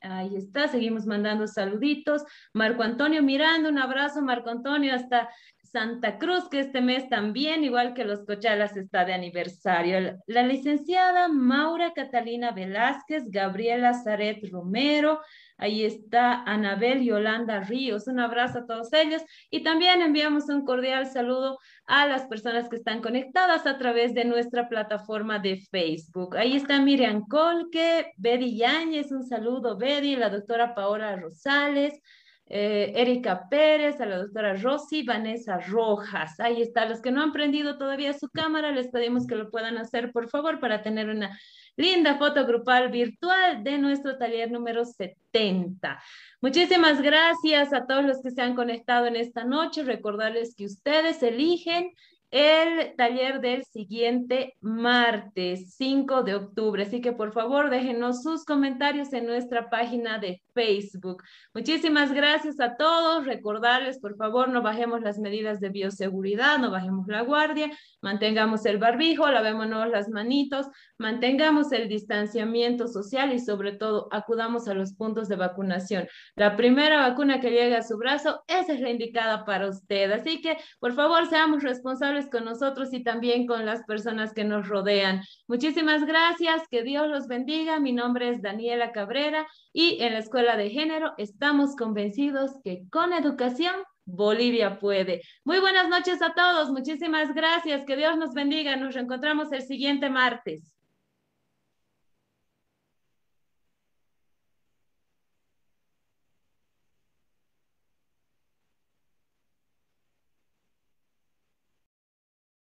Ahí está, seguimos mandando saluditos. Marco Antonio Miranda, un abrazo, Marco Antonio, hasta Santa Cruz, que este mes también, igual que los Cochalas, está de aniversario. La licenciada Maura Catalina Velázquez, Gabriela Zaret Romero, ahí está Anabel Yolanda Ríos, un abrazo a todos ellos, y también enviamos un cordial saludo a las personas que están conectadas a través de nuestra plataforma de Facebook. Ahí está Miriam Colque, Bedi Yáñez, un saludo Bedi, la doctora Paola Rosales, Eh, Erika Pérez, a la doctora Rosy, Vanessa Rojas. Ahí está. Los que no han prendido todavía su cámara, les pedimos que lo puedan hacer, por favor, para tener una linda foto grupal virtual de nuestro taller número setenta. Muchísimas gracias a todos los que se han conectado en esta noche. Recordarles que ustedes eligen el taller del siguiente martes, cinco de octubre. Así que por favor déjenos sus comentarios en nuestra página de Facebook. Muchísimas gracias a todos. Recordarles, por favor, no bajemos las medidas de bioseguridad, no bajemos la guardia, mantengamos el barbijo, lavémonos las manitos, mantengamos el distanciamiento social y sobre todo acudamos a los puntos de vacunación. La primera vacuna que llega a su brazo, esa es la indicada para usted. Así que por favor seamos responsables con nosotros y también con las personas que nos rodean. Muchísimas gracias, que Dios los bendiga. Mi nombre es Daniela Cabrera y en la Escuela de Género estamos convencidos que con educación Bolivia puede. Muy buenas noches a todos, muchísimas gracias, que Dios nos bendiga. Nos reencontramos el siguiente martes.